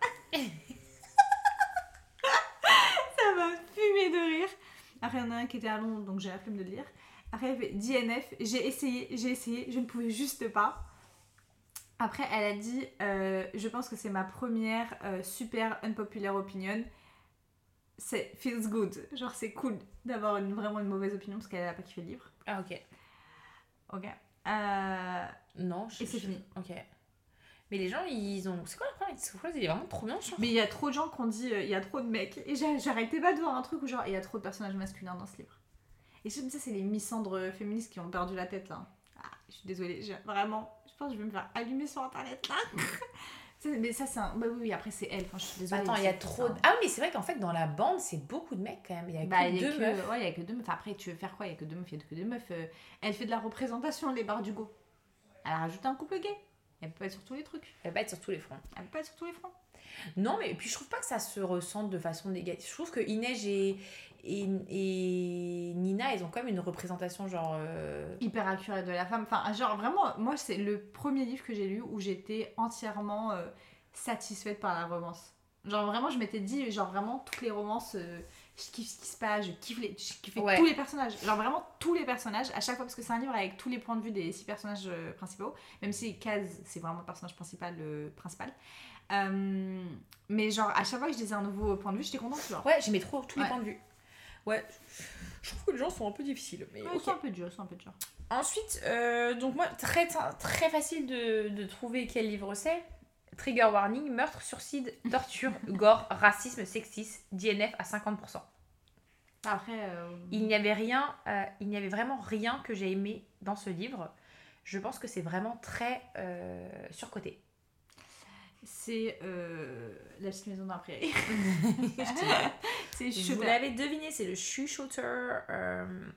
Ça m'a fumé de rire. Après, il y en a un qui était à Londres, donc j'ai la flemme de le lire. Après, elle fait DNF, j'ai essayé, je ne pouvais juste pas. Après, elle a dit je pense que c'est ma première super unpopular opinion. C'est feels good. Genre, c'est cool d'avoir vraiment une mauvaise opinion parce qu'elle n'a pas kiffé le livre. Ah, ok. Ok. Non, Et c'est fini. Ok. Mais les gens, ils ont. C'est quoi le problème avec Six of Crows? Il est vraiment trop bien, je trouve. Mais il y a trop de gens qui ont dit il y a trop de mecs. Et j'arrêtais pas de voir un truc où, genre, il y a trop de personnages masculins dans ce livre. Et je me dis, c'est les misandres féministes qui ont perdu la tête là. Ah, je suis désolée. Vraiment, je pense que je vais me faire allumer sur internet là. Mais ça, c'est un. Bah oui, après, c'est elle. Enfin, je suis désolée. Attends, il y a c'est trop. ça. Ah oui, mais c'est vrai qu'en fait, dans la bande, c'est beaucoup de mecs quand même. Il y a Bah, que il y a deux que, meufs. ouais, il y a que 2 meufs. Après, tu veux faire quoi? Il y a que 2 meufs. Il y a que 2 meufs. Elle fait de la représentation, les barres du go. Elle a rajouté un couple gay. Elle peut pas être sur tous les trucs. Elle va pas être sur tous les fronts. Elle peut pas être sur tous les fronts. Non, mais puis je trouve pas que ça se ressente de façon négative. Je trouve que Inej et Nina, ils ont quand même une représentation genre. Hyper accurate de la femme. Enfin, genre vraiment, moi, c'est le premier livre que j'ai lu où j'étais entièrement satisfaite par la romance. Genre vraiment, je m'étais dit, genre vraiment, toutes les romances, je kiffe ce qui se passe, je kiffais Ouais. tous les personnages. Genre vraiment tous les personnages, à chaque fois, parce que c'est un livre avec tous les points de vue des 6 personnages principaux, même si Kaz, c'est vraiment le personnage principal. Mais genre, à chaque fois que je disais un nouveau point de vue, j'étais contente, genre. Ouais, j'aimais trop tous les Ouais. points de vue. Ouais. Je trouve que les gens sont un peu difficiles. Mais Ouais, ok. c'est un peu dur, c'est un peu dur. Ensuite, donc moi, très facile de trouver quel livre c'est. Trigger warning, meurtre, suicide, torture, gore, racisme, sexisme, DNF à 50%. Après, Il n'y avait vraiment rien que j'ai aimé dans ce livre. Je pense que c'est vraiment très surcoté. c'est La petite maison d'un prairie. C'est Vous chuchoteur. l'avez deviné, c'est le chuchoteur.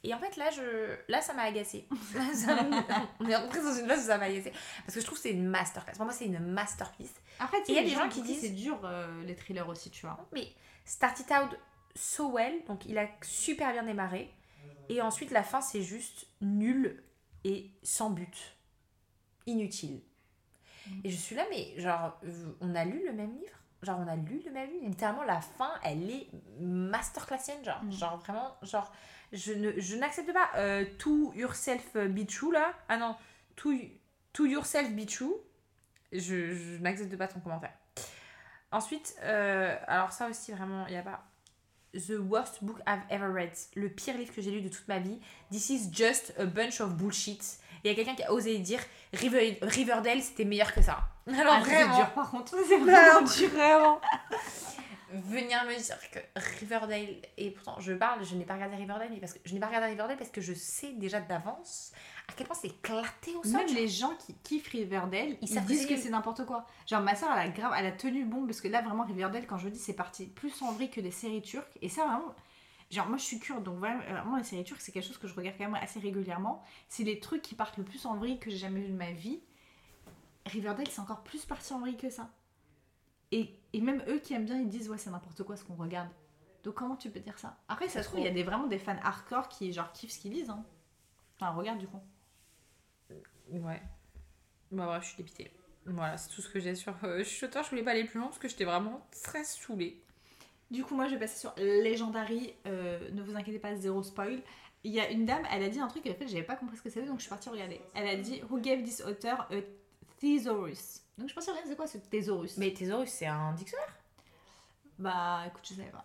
Et en fait, là ça m'a agacée. On est rentré dans une phase où ça m'a agacée. Parce que je trouve que c'est une masterclass. Pour moi, c'est une masterpiece. Après, Et il y a des gens qui disent... c'est dur les thrillers aussi, tu vois. Mais start it out so well. Donc, il a super bien démarré. Et ensuite, la fin, c'est juste nul et sans but. Inutile. Et je suis là, mais genre, on a lu le même livre. Genre, on a lu le même livre. Littéralement, la fin, elle est masterclassienne. Genre, genre vraiment, genre, je n'accepte pas To Yourself Be True, là. Ah non, To Yourself Be True. Je n'accepte pas ton commentaire. Ensuite, alors ça aussi, vraiment, il n'y a pas... The worst book I've ever read. Le pire livre que j'ai lu de toute ma vie. This is just a bunch of bullshit. Il y a quelqu'un qui a osé dire Riverdale, c'était meilleur que ça. Alors vraiment. C'est dur par contre. C'est vraiment dur. Vraiment. Venir me dire que Riverdale, et pourtant je n'ai pas regardé Riverdale, mais parce que je n'ai pas regardé Riverdale parce que je sais déjà d'avance à quel point c'est éclaté au sol. Même les gens qui kiffent Riverdale, ils disent que c'est n'importe quoi. Genre ma soeur, elle a tenu bon, parce que là vraiment Riverdale, quand je dis, c'est parti plus en vrille que des séries turques. Et ça vraiment, genre moi je suis kurde, donc vraiment les séries turques c'est quelque chose que je regarde quand même assez régulièrement. C'est les trucs qui partent le plus en vrille que j'ai jamais vu de ma vie. Riverdale c'est encore plus parti en vrille que ça. Et même eux qui aiment bien, ils disent ouais c'est n'importe quoi ce qu'on regarde. Donc comment tu peux dire ça? Après ça se trouve il y a vraiment des fans hardcore qui genre kiffent ce qu'ils lisent. Hein. Enfin regarde du coup. Ouais. Bah bref, je suis dépitée. Voilà, c'est tout ce que j'ai sur Chuchoteur. Je voulais pas aller plus loin parce que j'étais vraiment très saoulée. Du coup moi je vais passer sur Legendary. Ne vous inquiétez pas, zéro spoil. Il y a une dame, elle a dit un truc et en fait j'avais pas compris ce que c'était donc je suis partie regarder. Elle a dit Who gave this author a thesaurus? Donc je pense que c'est quoi ce thésaurus? Mais thésaurus c'est un dictionnaire? Bah écoute, je savais pas.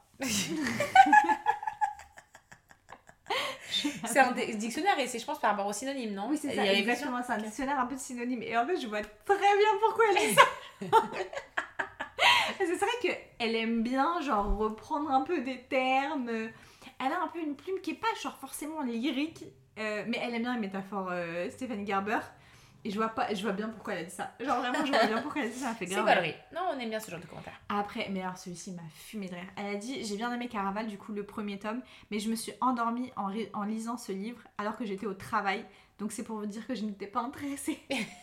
C'est un dictionnaire et c'est je pense par rapport au synonyme, non? Oui c'est ça, exactement, c'est un dictionnaire un peu de synonyme. Et en fait je vois très bien pourquoi elle dit ça. C'est vrai qu'elle aime bien genre reprendre un peu des termes. Elle a un peu une plume qui est pas genre forcément lyrique, mais elle aime bien les métaphores Stéphanie Garber. Et je vois bien pourquoi elle a dit ça. Genre vraiment, je vois bien pourquoi elle a dit ça. Ça me fait grave. C'est gaulerie. Non, on aime bien ce genre de commentaires. Après, mais alors celui-ci m'a fumé de rire. Elle a dit j'ai bien aimé Caraval, du coup le premier tome, mais je me suis endormie en lisant ce livre alors que j'étais au travail. Donc c'est pour vous dire que je n'étais pas intéressée.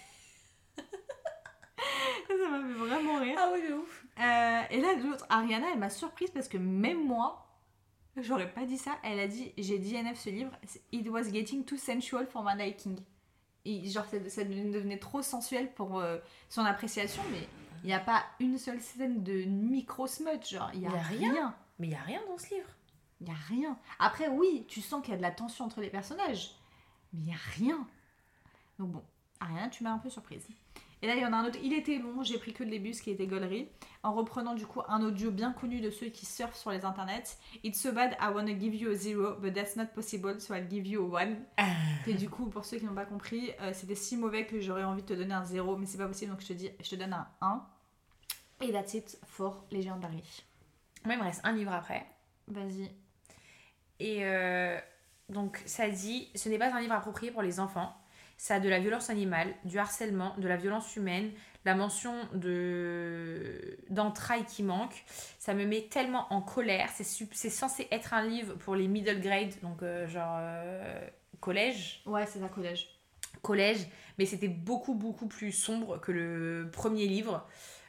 Ça m'a fait vraiment rire. Ah oui, de ouf. Et là, l'autre, Ariana, elle m'a surprise parce que même moi, j'aurais pas dit ça. Elle a dit j'ai DNF ce livre. It was getting too sensual for my liking. Et genre ça devenait trop sensuel pour son appréciation, mais il n'y a pas une seule scène de micro-smut, genre il y a rien. Mais il y a rien dans ce livre. Il y a rien. Après oui, tu sens qu'il y a de la tension entre les personnages, mais il y a rien. Donc bon, Ariana, tu m'as un peu surprise. Et là il y en a un autre, il était long, j'ai pris que le début, ce qui était gaulerie, en reprenant du coup un audio bien connu de ceux qui surfent sur les internets. It's so bad I wanna give you a 0, but that's not possible, so I'll give you a 1. Et du coup, pour ceux qui n'ont pas compris, c'était si mauvais que j'aurais envie de te donner un 0, mais c'est pas possible, donc je te donne un 1. Et that's it for Legendary. Moi, il me reste un livre après. Vas-y. Et donc, ça dit, ce n'est pas un livre approprié pour les enfants. Ça a de la violence animale, du harcèlement, de la violence humaine, la mention d'entrailles qui manque. Ça me met tellement en colère. C'est censé être un livre pour les middle grade, donc collège. Ouais, c'est ça, collège. Collège, mais c'était beaucoup, beaucoup plus sombre que le premier livre.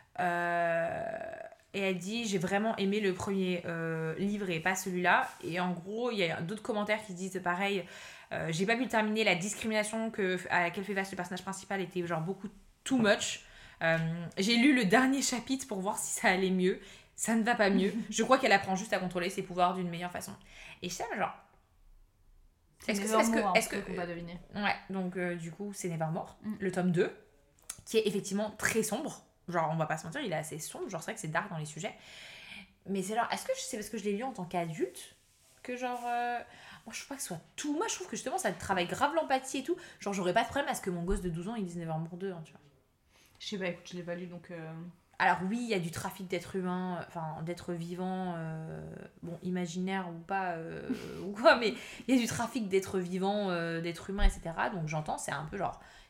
Et elle dit, j'ai vraiment aimé le premier livre et pas celui-là. Et en gros, il y a d'autres commentaires qui disent pareil. J'ai pas pu le terminer, la discrimination à laquelle fait face le personnage principal était genre beaucoup too much. J'ai lu le dernier chapitre pour voir si ça allait mieux. Ça ne va pas mieux. Je crois qu'elle apprend juste à contrôler ses pouvoirs d'une meilleure façon. Et je sais genre... Est-ce que qu'on va deviner. Ouais, donc du coup, c'est Nevermore, le tome 2, qui est effectivement très sombre. Genre, on va pas se mentir, il est assez sombre. Genre, c'est vrai que c'est dark dans les sujets. Mais c'est genre, est-ce que c'est parce que je l'ai lu en tant qu'adulte que genre... Moi, je trouve pas que ce soit tout. Moi, je trouve que justement, ça travaille grave l'empathie et tout. Genre, j'aurais pas de problème à ce que mon gosse de 12 ans, il dise Nevermore 2, hein, tu vois. Je sais pas, écoute, je l'ai pas lu, donc... Alors oui, il y a du trafic d'êtres humains, enfin, d'êtres vivants, bon, imaginaire ou pas, ou quoi, mais il y a du trafic d'êtres vivants, d'êtres humains, etc. Donc j'entends, c'est un peu genre...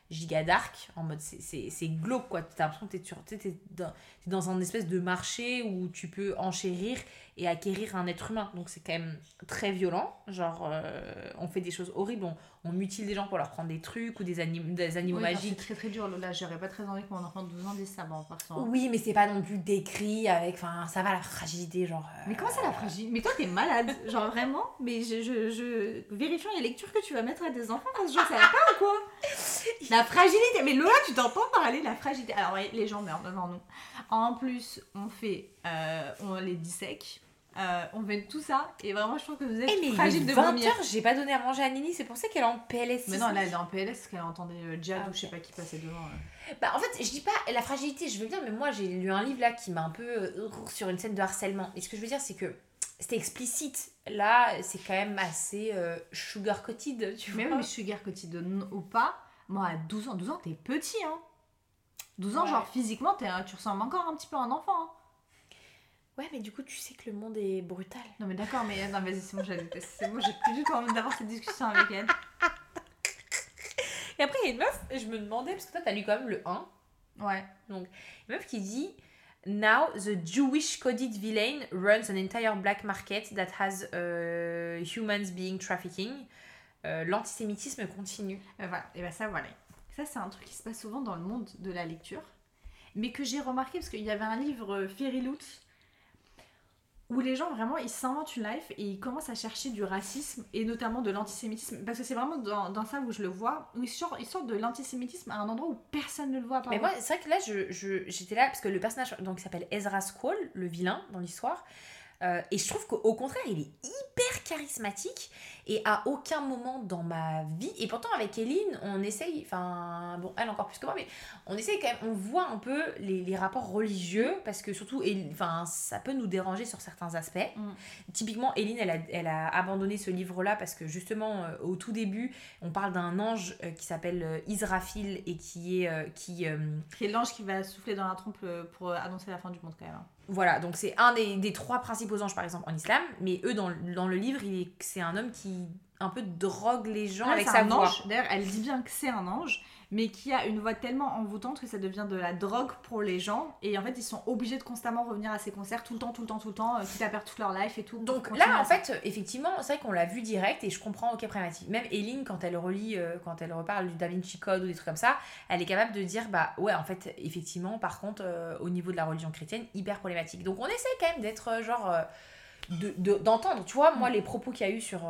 giga dark, en mode c'est glauque quoi, t'as l'impression que t'es dans un espèce de marché où tu peux enchérir et acquérir un être humain, donc c'est quand même très violent, genre on fait des choses horribles, on mutile des gens pour leur prendre des trucs ou des animaux magiques. C'est très très dur, là j'aurais pas très envie que mon enfant de 12 ans dise ça, bon, par contre. Oui, mais c'est pas non plus décrit avec, enfin ça va la fragilité, genre... Mais comment ça la fragilité? Mais toi t'es malade, genre vraiment? Mais je vérifiant les lectures que tu vas mettre à des enfants, parce que genre ça va pas ou quoi? La fragilité, mais Lola tu t'entends parler, la fragilité. Alors ouais, les gens meurent devant nous. En plus, on les dissèque. On fait tout ça et vraiment je trouve que vous êtes fragile de vomir. 20h, j'ai pas donné à manger à Nini, c'est pour ça qu'elle est en PLS. Mais non, là elle est en PLS parce qu'elle entendait Jad ou je sais pas qui passait devant. Bah en fait, je dis pas la fragilité, je veux bien, mais moi j'ai lu un livre là qui m'a un peu sur une scène de harcèlement. Et ce que je veux dire, c'est que c'était explicite. Là, c'est quand même assez sugar-coated, tu vois. Mais sugar-coated ou pas, moi à 12 ans t'es petit, hein. 12 ans, ouais. Genre physiquement, tu ressembles encore un petit peu à un enfant, hein. Ouais, mais du coup, tu sais que le monde est brutal. Non, mais d'accord, mais non, vas-y, c'est bon, j'ai plus du tout envie d'avoir cette discussion avec elle. Et après, il y a une meuf, je me demandais, parce que toi, t'as lu quand même le 1. Ouais. Donc, une meuf qui dit Now, the Jewish coded villain runs an entire black market that has humans being trafficking. L'antisémitisme continue. Voilà, et ben ça, voilà. Ça, c'est un truc qui se passe souvent dans le monde de la lecture, mais que j'ai remarqué parce qu'il y avait un livre, Fairy Loot, où les gens vraiment ils s'inventent une life et ils commencent à chercher du racisme et notamment de l'antisémitisme, parce que c'est vraiment dans ça où je le vois, où ils sortent de l'antisémitisme à un endroit où personne ne le voit. Mais moi c'est vrai que là j'étais là parce que le personnage donc, il s'appelle Ezra Scroll, le vilain dans l'histoire, et je trouve qu'au contraire il est hyper charismatique et à aucun moment dans ma vie, et pourtant avec Eline on essaye, enfin bon elle encore plus que moi, mais on essaye quand même, on voit un peu les rapports religieux parce que surtout enfin ça peut nous déranger sur certains aspects. Typiquement Eline elle a abandonné ce livre là parce que justement au tout début on parle d'un ange qui s'appelle Israfil et qui est l'ange qui va souffler dans la trompe pour annoncer la fin du monde quand même, hein. Voilà, donc c'est un des 3 principaux anges par exemple en islam, mais eux dans le livre c'est un homme qui un peu drogue les gens avec sa voix. D'ailleurs elle dit bien que c'est un ange, mais qui a une voix tellement envoûtante que ça devient de la drogue pour les gens, et en fait ils sont obligés de constamment revenir à ces concerts tout le temps, quitte à perdre toute leur life et tout. Donc là en fait effectivement c'est vrai qu'on l'a vu direct et je comprends ok problématique. Même Eline quand elle relit, quand elle reparle du Da Vinci Code ou des trucs comme ça, elle est capable de dire bah ouais en fait effectivement par contre au niveau de la religion chrétienne hyper problématique. Donc on essaie quand même d'être genre d'entendre, tu vois, moi les propos qu'il y a eu sur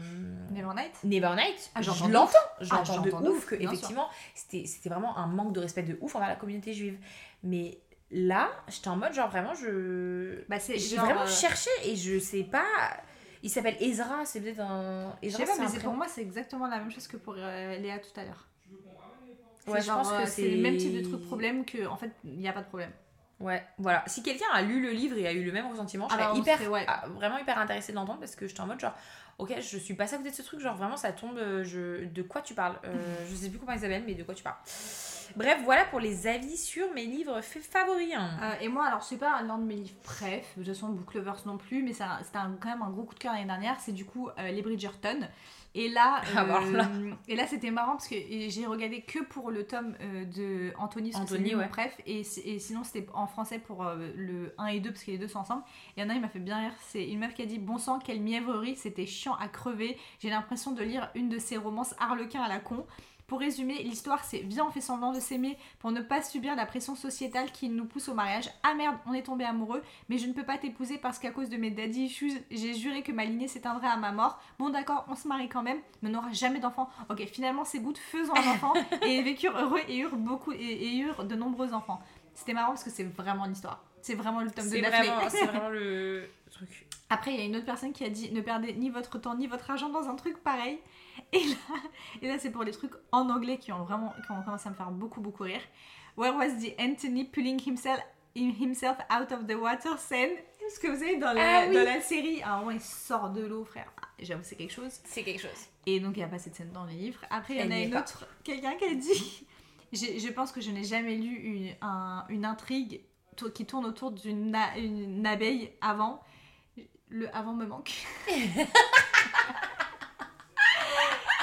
Nevernight, j'entends de ouf que effectivement c'était vraiment un manque de respect de ouf envers la communauté juive. Mais là j'étais en mode genre vraiment j'ai vraiment cherché et je sais pas, il s'appelle Ezra, c'est peut-être un Ezra, je sais pas, mais pour moi c'est exactement la même chose que pour Léa tout à l'heure. Ouais, je pense que c'est le même type de truc problème que en fait il n'y a pas de problème. Ouais, voilà. Si quelqu'un a lu le livre et a eu le même ressentiment, je serais vraiment hyper intéressée de l'entendre parce que j'étais en mode genre, ok, je suis passée à côté de ce truc, genre vraiment ça tombe, de quoi tu parles, je sais plus comment ils s'appellent, mais de quoi tu parles. Bref, voilà pour les avis sur mes livres favoris. Et moi, alors c'est pas l'un de mes livres préf, de toute façon Booklovers non plus, mais c'était quand même un gros coup de cœur l'année dernière, c'est du coup les Bridgerton. Et là, c'était marrant parce que j'ai regardé que pour le tome de Anthony, parce que c'est mon préf, et sinon c'était en français pour le 1 et 2 parce que les deux sont ensemble. Et il y en a, il m'a fait bien rire, c'est une meuf qui a dit bon sang, quelle mièvrerie, c'était chiant à crever, j'ai l'impression de lire une de ces romances harlequins à la con. Pour résumer, l'histoire c'est viens on fait semblant de s'aimer pour ne pas subir la pression sociétale qui nous pousse au mariage. Ah merde, on est tombé amoureux, mais je ne peux pas t'épouser parce qu'à cause de mes daddy issues, j'ai juré que ma lignée s'éteindrait à ma mort. Bon d'accord, on se marie quand même, mais on n'aura jamais d'enfants. Ok, finalement c'est good, faisons un enfant. Et vécurent heureux et eurent de nombreux enfants. C'était marrant parce que c'est vraiment l'histoire. C'est vraiment le tome de Daphné. C'est vraiment le truc. Après, il y a une autre personne qui a dit ne perdez ni votre temps ni votre argent dans un truc pareil. Et là c'est pour les trucs en anglais qui ont commencé à me faire beaucoup rire. Where was the Anthony pulling himself out of the water scene? Ce que vous savez dans la série, à un moment il sort de l'eau, frère. J'avoue, c'est quelque chose. Et donc il n'y a pas cette scène dans les livres. Après, il y en a une autre, quelqu'un qui a dit je pense que je n'ai jamais lu une intrigue qui tourne autour d'une abeille avant. Le avant me manque.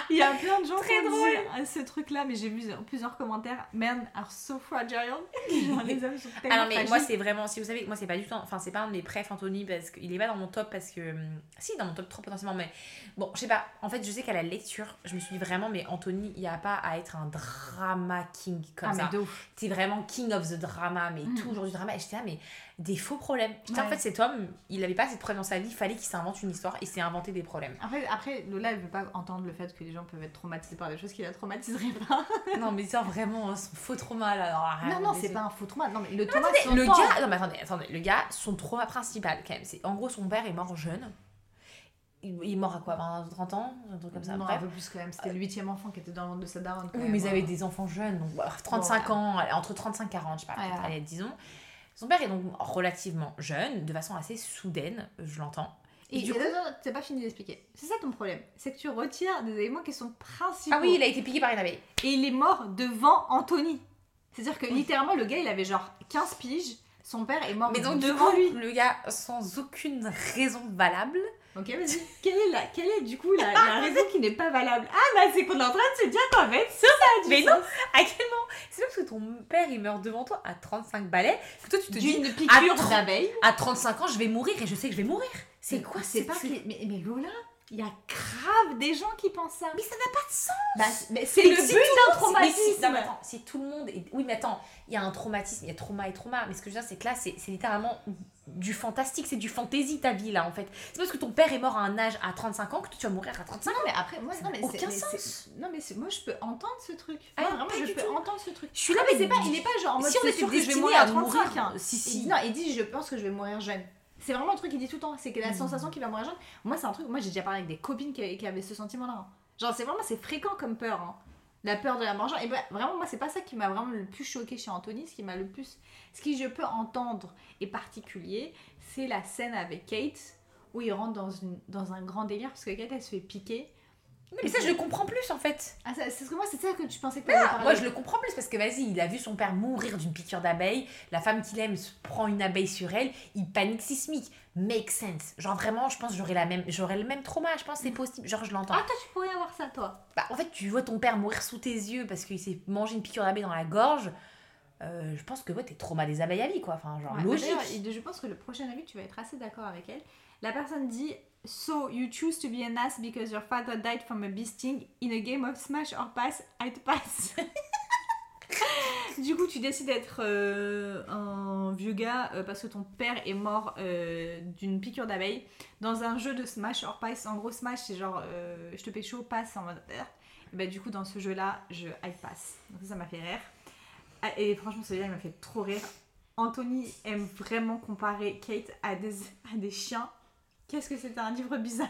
Il y a plein de gens Très qui ont drôle. dit ce truc-là, mais j'ai vu plusieurs commentaires. Men are so fragile. Genre, les hommes sont tellement Ah non mais fragiles. moi c'est vraiment, si vous savez, moi c'est pas du tout, enfin c'est pas un de mes préf Anthony parce qu'il est pas dans mon top parce que, si dans mon top 3 potentiellement mais bon je sais pas, en fait je sais qu'à la lecture je me suis dit vraiment mais Anthony il y a pas à être un drama king comme ça, mais de ouf. t'es vraiment king of the drama mais toujours du drama et j'étais là mais des faux problèmes, putain Ouais. en fait cet homme il avait pas assez de problèmes dans sa vie, il fallait qu'il s'invente une histoire, il s'est inventé des problèmes. Après, Lola, elle veut pas entendre le fait que les gens peuvent être traumatisés par des choses qui la traumatiseraient pas. Non mais ça vraiment son faux trauma là, alors, arrête, Non, mais c'est pas un faux trauma. Non, mais le trauma, attendez, c'est le son temps. gars, non mais attendez, le gars, son trauma principal quand même, c'est en gros son père est mort jeune. Il est mort à quoi, 20, 30 ans, un truc comme ça. Non, Bref. un peu plus quand même. C'était le 8e enfant qui était dans le ventre de sa daronne. quand Oui, même, mais ils hein. avaient des enfants jeunes, donc 35 Ouais. ans, allez, entre 35 et 40, je sais pas, Ouais, peut-être, ouais. allez, disons. Son père est donc relativement jeune, de façon assez soudaine, je l'entends. Et du coup... attends, t'as pas fini d'expliquer. C'est ça ton problème. C'est que tu retires des éléments qui sont principaux. Ah oui, il a été piqué par une abeille. Et il est mort devant Anthony. C'est-à-dire que littéralement, le gars, il avait genre 15 piges. Son père est mort Mais donc, du devant coup, lui. le gars, sans aucune raison valable, Ok, vas-y. Quelle est du coup la raison qui n'est pas valable? Ah bah c'est qu'on est en train de se dire qu'en fait, ça a du mais sens. non, à quel moment? C'est pas parce que ton père il meurt devant toi à 35 balais que toi tu te dis D'une piqûre à d'abeille. à 35 ans je vais mourir et je sais que je vais mourir. C'est quoi C'est pas c'est- que... mais Lola, il y a grave des gens qui pensent ça. Mais ça n'a pas de sens. Bah, mais c'est le si but tout le d'un monde- traumatisme. mais si- non mais attends, si tout le monde est... Oui mais attends, il y a un traumatisme, il y a trauma et trauma. Mais ce que je veux dire c'est que là c'est littéralement du fantastique, c'est du fantasy ta vie là en fait. C'est parce que ton père est mort à un âge à 35 ans que tu vas mourir à 35 ans. Non mais après moi Ça non n'a mais aucun c'est- sens. non mais moi je peux entendre ce truc. Ah, Moi, vraiment pas je du peux tout. entendre ce truc. Je suis là Ah, mais c'est pas il est pas genre en mode Si on c'est était sûr que je vais destiné mourir à à 35 mourir, hein. si, Il si. dit- non, il dit je pense que je vais mourir jeune. C'est vraiment le truc qu'il dit tout le temps, c'est que la sensation qu'il va mourir jeune. Moi c'est un truc, moi j'ai déjà parlé avec des copines qui avaient ce sentiment là. Hein. Genre c'est fréquent comme peur hein. La peur de la mort jeune. Et bah, vraiment moi c'est pas ça qui m'a vraiment le plus choqué chez Anthony, ce qui je peux entendre est particulier, c'est la scène avec Kate où il rentre dans un grand délire parce que Kate elle se fait piquer. Mais ça je le comprends plus en fait. Ah, c'est ce que moi c'est ça que tu pensais que Mais t'allais non, parler. moi je le comprends plus parce que vas-y, il a vu son père mourir d'une piqûre d'abeille, la femme qu'il aime se prend une abeille sur elle, il panique sismique. Make sense. Genre vraiment, je pense que j'aurais le même trauma, je pense que c'est possible. Genre je l'entends. Ah toi tu pourrais avoir ça toi. Bah, en fait, tu vois ton père mourir sous tes yeux parce qu'il s'est mangé une piqûre d'abeille dans la gorge. Je pense que ouais, t'es trauma des abeilles à vie quoi. Enfin, genre Ouais, logique. d'ailleurs, je pense que le prochain avis, tu vas être assez d'accord avec elle. La personne dit So you choose to be an ass because your father died from a bee sting in a game of smash or pass, I'd pass. Du coup, tu décides d'être un vieux gars parce que ton père est mort d'une piqûre d'abeille dans un jeu de smash or pass. En gros, smash, c'est genre je te pécho, passe en mode. Et bah, du coup, dans ce jeu-là, I'd pass. Donc ça m'a fait rire. Ah, et franchement, celui-là, il m'a fait trop rire. Anthony aime vraiment comparer Kate à des chiens. Qu'est-ce que c'était un livre bizarre.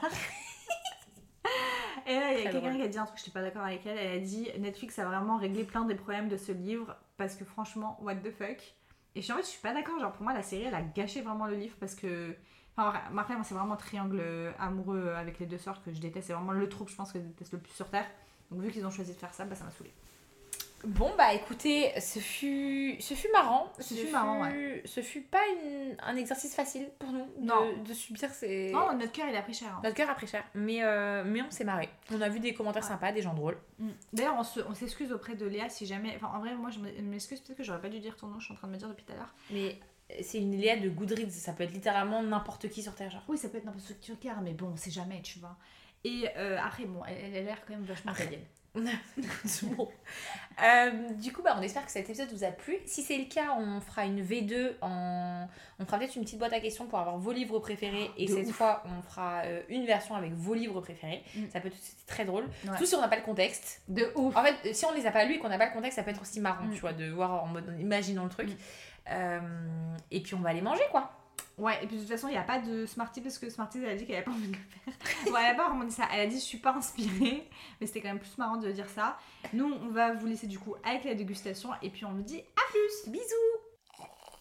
Et là, il y a Très quelqu'un drôle. qui a dit un truc, je n'étais pas d'accord avec elle. Elle a dit Netflix a vraiment réglé plein des problèmes de ce livre parce que franchement, what the fuck. Et en fait, je suis pas d'accord. Genre, pour moi, la série, elle a gâché vraiment le livre parce que. Enfin, après, moi, c'est vraiment un triangle amoureux avec les deux sœurs que je déteste. C'est vraiment le troupe, je pense, que je déteste le plus sur Terre. Donc, vu qu'ils ont choisi de faire ça, bah, ça m'a saoulée. Bon bah écoutez, ce fut marrant. Ce fut marrant, ouais. Ce fut pas un exercice facile pour nous Non. de subir ces... Non, notre cœur, il a pris cher. Hein. Notre cœur a pris cher, mais on s'est marré. On a vu des commentaires sympas, des gens drôles. D'ailleurs, on s'excuse auprès de Léa si jamais. Enfin, en vrai, moi, je m'excuse, peut-être que j'aurais pas dû dire ton nom, je suis en train de me dire depuis tout à l'heure. Mais c'est une Léa de Goodreads, ça peut être littéralement n'importe qui sur Terre, genre. Oui, ça peut être n'importe qui car, mais bon, on sait jamais, tu vois. Et après, bon, elle a l'air quand même vachement italienne. Bon. Du coup, bah, on espère que cet épisode vous a plu. Si c'est le cas, on fera une V2 on fera peut-être une petite boîte à questions pour avoir vos livres préférés. Et de cette ouf. fois, on fera une version avec vos livres préférés. Ça peut être c'est très drôle. Ouais. Surtout si on n'a pas le contexte. De ouf. En fait, si on les a pas lus et qu'on n'a pas le contexte, ça peut être aussi marrant, Mm. tu vois, de voir en mode imaginons le truc. Et puis on va aller manger, quoi. Ouais, et puis de toute façon, il n'y a pas de Smarties parce que Smarties, elle a dit qu'elle avait pas envie de le faire. Bon, elle a pas vraiment dit ça. Elle a dit je suis pas inspirée, mais c'était quand même plus marrant de dire ça. Nous, on va vous laisser du coup avec la dégustation et puis on vous dit à plus. Bisous.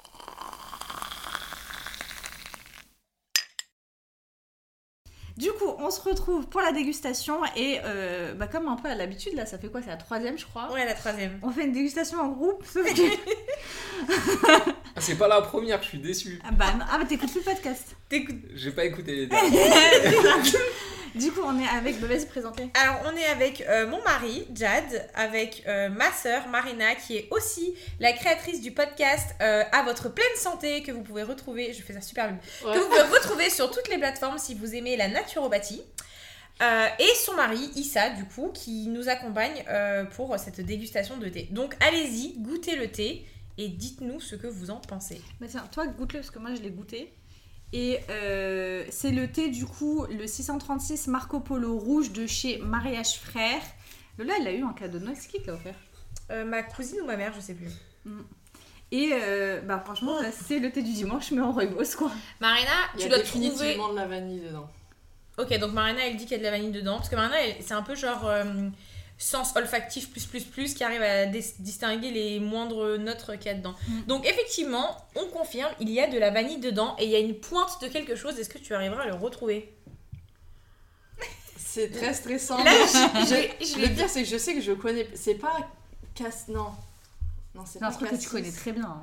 Du coup, on se retrouve pour la dégustation et bah, comme un peu à l'habitude, là, ça fait quoi? C'est la 3e, je crois. Ouais, la 3e. On fait une dégustation en groupe, sauf que... Ah, c'est pas la première, je suis déçu. Ah bah t'écoutes plus le podcast. J'ai pas écouté les derniers. Du coup, on est avec... Bah, vas-y, présenter. Alors, on est avec mon mari, Jad, avec ma sœur, Marina, qui est aussi la créatrice du podcast À votre pleine santé, que vous pouvez retrouver, je fais ça super bien, que vous pouvez retrouver sur toutes les plateformes si vous aimez la naturopathie. Et son mari, Issa, du coup, qui nous accompagne pour cette dégustation de thé. Donc, allez-y, goûtez le thé et dites-nous ce que vous en pensez. Bah tiens, toi, goûte-le, parce que moi, je l'ai goûté. Et c'est le thé, du coup, le 636 Marco Polo rouge de chez Mariage Frères. Lola, elle l'a eu en cadeau de Noël. C'est qui te l'a offert? Ma cousine ou ma mère, je sais plus. Et bah franchement, là, c'est le thé du dimanche, mais en rooibos, quoi. Marina, Il y tu a dois définitivement trouver... de la vanille dedans. Ok, donc Marina, elle dit qu'il y a de la vanille dedans. Parce que Marina, c'est un peu genre sens olfactif plus qui arrive à distinguer les moindres notes qu'il y a dedans. Donc effectivement, on confirme, il y a de la vanille dedans et il y a une pointe de quelque chose. Est-ce que tu arriveras à le retrouver? C'est très stressant. Là, Le pire, c'est que je sais que je connais. C'est pas. Non. Non, c'est C'est pas un truc que tu cassis. connais très bien. Hein.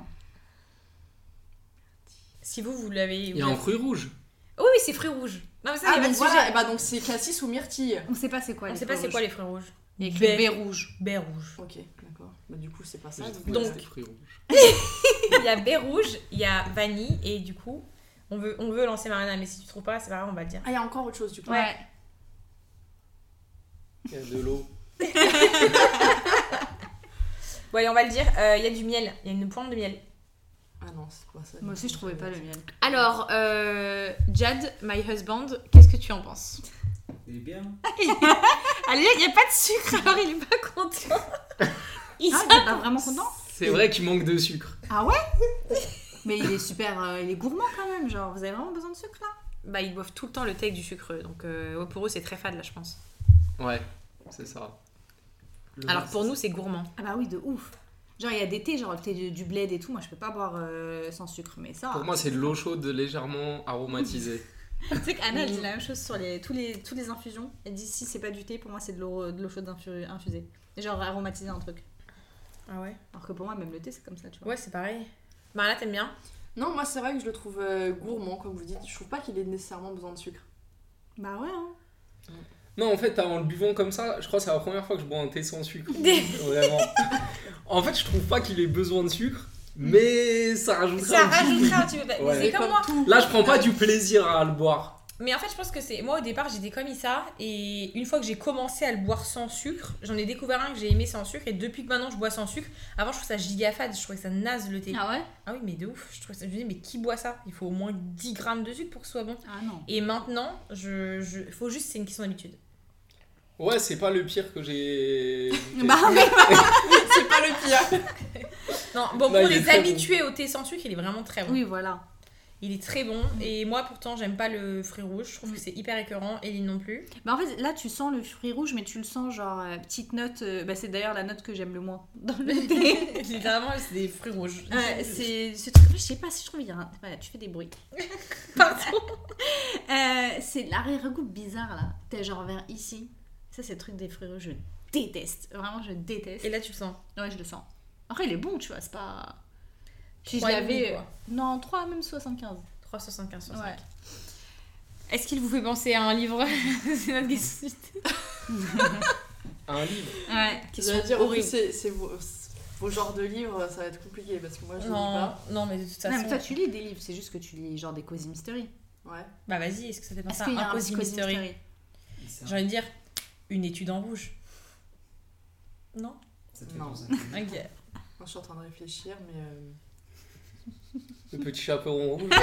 Si vous l'avez... Il y a un fruit rouge. Oui, c'est fruits rouges. Non, mais ça, Ah, il y a donc pas de voilà, sujet. et bah donc c'est cassis ou myrtille. On sait pas c'est quoi On les sait pas fruits c'est quoi rouges. les fruits rouges. Il y a écrit Baie- baie rouge. Baie rouge. Ok, d'accord. Bah du coup, c'est pas ça. J'ai du trouvé coup. donc- que c'était fruit rouge. Il y a baie rouge, il y a vanille et du coup, on veut lancer Marina. Mais si tu trouves pas, c'est pas grave, on va le dire. Ah, il y a encore autre chose du coup. Ouais. Il y a de l'eau. Bon, allez, on va le dire. Il y a du miel. Il y a une pointe de miel. Ah non, c'est pas ça. Moi aussi, je trouvais pas le miel. Alors, Jad, my husband, qu'est-ce que tu en penses? Il est bien. Allez, il n'y a pas de sucre, alors il est pas content. Il Ah, s'en- t'es pas vraiment content? C'est vrai qu'il manque de sucre. Ah ouais? Mais il est super, il est gourmand quand même. Genre, vous avez vraiment besoin de sucre là? Bah, ils boivent tout le temps le thé avec du sucre, donc ouais, pour eux c'est très fade là, je pense. Ouais, c'est ça. Alors pour nous c'est gourmand. Ah bah oui, de ouf. Genre, il y a des thés, genre le thé du bled et tout. Moi, je peux pas boire sans sucre, mais ça. Pour moi, c'est de l'eau chaude légèrement aromatisée. Tu sais qu'Anna, elle dit la même chose sur tous les infusions. Elle dit si c'est pas du thé, pour moi, c'est de l'eau chaude infusée. Genre aromatiser un truc. Ah ouais? Alors que pour moi, même le thé, c'est comme ça, tu vois. Ouais, c'est pareil. Marina, t'aimes bien? Non, moi c'est vrai que je le trouve gourmand, comme vous dites. Je trouve pas qu'il ait nécessairement besoin de sucre. Bah ouais, hein. Non, en fait, en le buvant comme ça, je crois que c'est la première fois que je bois un thé sans sucre. Vraiment. En fait, je trouve pas qu'il ait besoin de sucre, mais ça rajouterait Ça un petit rajouterait un petit peu. Ouais. Mais c'est comme moi. tout. Là, je prends pas du plaisir à le boire. Mais en fait, je pense que c'est. Moi au départ, j'étais comme Issa, et une fois que j'ai commencé à le boire sans sucre, j'en ai découvert un que j'ai aimé sans sucre, et depuis que maintenant je bois sans sucre, avant je trouvais ça giga fade, je trouvais ça naze le thé. Ah ouais? Ah oui, mais de ouf, je me disais, mais qui boit ça? Il faut au moins 10 grammes de sucre pour que ce soit bon. Ah non. Et maintenant, faut juste, c'est une question d'habitude. Ouais, c'est pas le pire que j'ai. Bah mais C'est pas le pire. Non, bon, Là, pour il est les très habitués au thé sans sucre, il est vraiment très bon. oui, voilà. Il est très bon, et moi pourtant, j'aime pas le fruit rouge, je trouve que c'est hyper écœurant, et Lynn non plus. Bah en fait, là, tu sens le fruit rouge, mais tu le sens genre petite note. Bah c'est d'ailleurs la note que j'aime le moins dans le thé. Littéralement, c'est des fruits rouges. C'est ce truc, je sais pas si je trouve il y a un... Voilà, tu fais des bruits. Pardon. C'est l'arrière-goût bizarre là. T'es genre vers ici. Ça c'est le truc des fruits rouges, je déteste. Vraiment, je déteste. Et là, tu le sens. Ouais, je le sens. Après, il est bon, tu vois, c'est pas... Si je 3,5 l'avais... quoi. Non, 3, même 75. 3,75 sur 5. Ouais. Est-ce qu'il vous fait penser à un livre? C'est notre question. Un livre. Ouais. J'allais dire, en plus, horrible. c'est vos genres de livres, ça va être compliqué parce que moi je lis Non, pas. non, mais de toute Non, façon. mais toi, tu lis des livres, c'est juste que tu lis genre des Cozy Mystery. Ouais. Bah vas-y, est-ce que ça fait penser Est-ce qu'il y à a un un Cozy petit Cozy Mystery? Mystery? J'ai envie de dire une étude en rouge. Non? Ça te fait Non. penser. Ok. Moi, je suis en train de réfléchir, mais. Le petit chaperon rouge.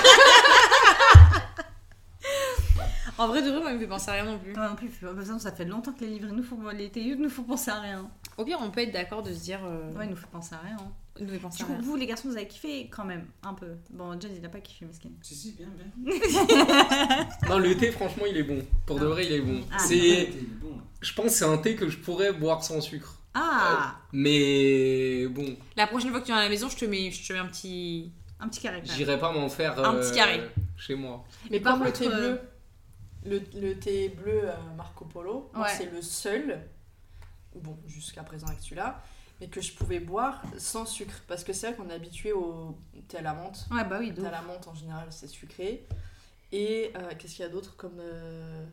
En vrai, de vrai, moi, il me fait penser à rien non plus. Ouais, non plus, par exemple, ça fait longtemps que les livres les TU nous font penser à rien. Au pire, on peut être d'accord de se dire. Ouais, ils nous font penser à rien. Hein. il nous fait penser Du à coup, rien. vous, les garçons, vous avez kiffé quand même, un peu. Bon, Jazz, il a pas kiffé, mesquin. Si, bien. Non, le thé, franchement, il est bon. Pour de vrai, il est bon. Ah. C'est... Il est bon. Je pense que c'est un thé que je pourrais boire sans sucre. Ah, Mais bon, La prochaine fois que tu viens à la maison, je te mets un petit. un petit carré. quand même. j'irai pas m'en faire Un petit carré. chez moi. Mais par comme le contre, thé bleu, le thé bleu Marco Polo, moi, Ouais. c'est le seul, bon, jusqu'à présent avec celui-là, mais que je pouvais boire sans sucre. Parce que c'est vrai qu'on est habitué au thé à la menthe. Ouais, bah oui, Le thé à la menthe, en général, c'est sucré. Et qu'est-ce qu'il y a d'autre comme...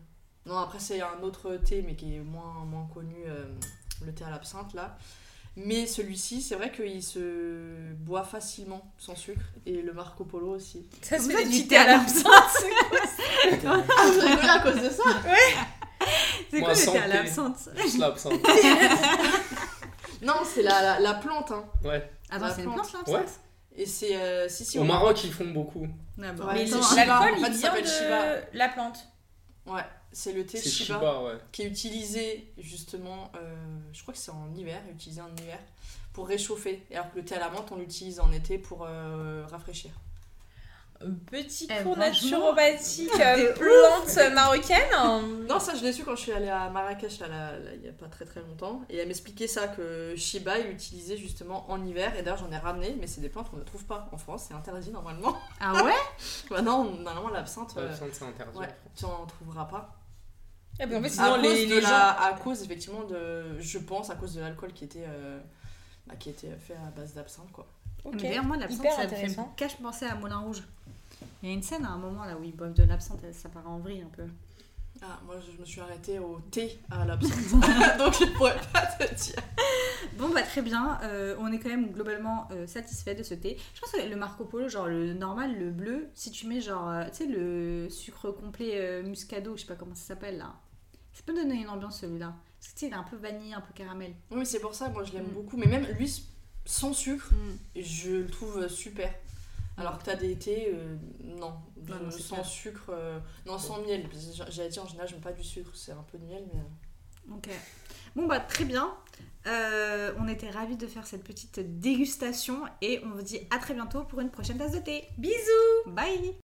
Non, après, c'est un autre thé, mais qui est moins connu, le thé à l'absinthe, là. Mais celui-ci, c'est vrai qu'il se boit facilement, sans sucre. Et le Marco Polo aussi. Ça, Vous c'est faites des du petits thé à l'absinthe. Ah, vous rigolez à cause de ça? C'est Moi, quoi le sans thé à thé. l'absinthe? Juste l'absinthe. Non, c'est la plante, hein. Ouais. Attends, La c'est une plante. plante Ouais. l'absinthe? Et c'est... si, Au Maroc, ils font beaucoup. Ah bah, Ouais, mais c'est attends, Shiba. L'alcool, En fait, il ça vient s'appelle Shiba. de la plante. Ouais, c'est le thé C'est Shiba, Shiba, ouais. qui est utilisé, justement, je crois que c'est en hiver, utilisé en hiver, pour réchauffer. Et alors que le thé à la menthe, on l'utilise en été pour rafraîchir. Petit Eh, cours franchement, naturopathique, de plante marocaine. Non, ça je l'ai su quand je suis allée à Marrakech là, il y a pas très longtemps, et elle m'expliquait ça, que Shiba il utilisait justement en hiver, et d'ailleurs j'en ai ramené, mais c'est des plantes qu'on ne trouve pas en France, c'est interdit normalement. Ah ouais? Bah non, normalement l'absinthe, L'absinthe, c'est interdit. ouais, en France. tu n'en trouveras pas. Et puis en fait, À sinon, cause les gens. à cause effectivement je pense à cause de l'alcool qui était fait à base d'absinthe, quoi. Ok. Mais d'ailleurs, moi, l'absinthe, Hyper ça me fait intéressant. cache penser à Moulin Rouge. Il y a une scène à un moment là où ils boivent de l'absinthe, ça part en vrille un peu. Ah, moi je me suis arrêtée au thé à l'absinthe, donc je pourrais pas te dire. Bon, bah très bien, on est quand même globalement satisfait de ce thé. Je pense que le Marco Polo, genre le normal, le bleu, si tu mets genre, tu sais, le sucre complet muscado, je sais pas comment ça s'appelle là, ça peut donner une ambiance celui-là. Parce que tu sais, il est un peu vanille, un peu caramel. Oui, c'est pour ça, moi je l'aime Mm. beaucoup, mais même lui sans sucre, je le trouve super. Alors que t'as des thés, non, Non, c'est sans clair. sucre, non, sans miel. Parce que j'allais dire en général, j'aime pas du sucre, c'est un peu de miel, mais. Ok. Bon, bah très bien. On était ravis de faire cette petite dégustation et on vous dit à très bientôt pour une prochaine tasse de thé. Bisous. Bye!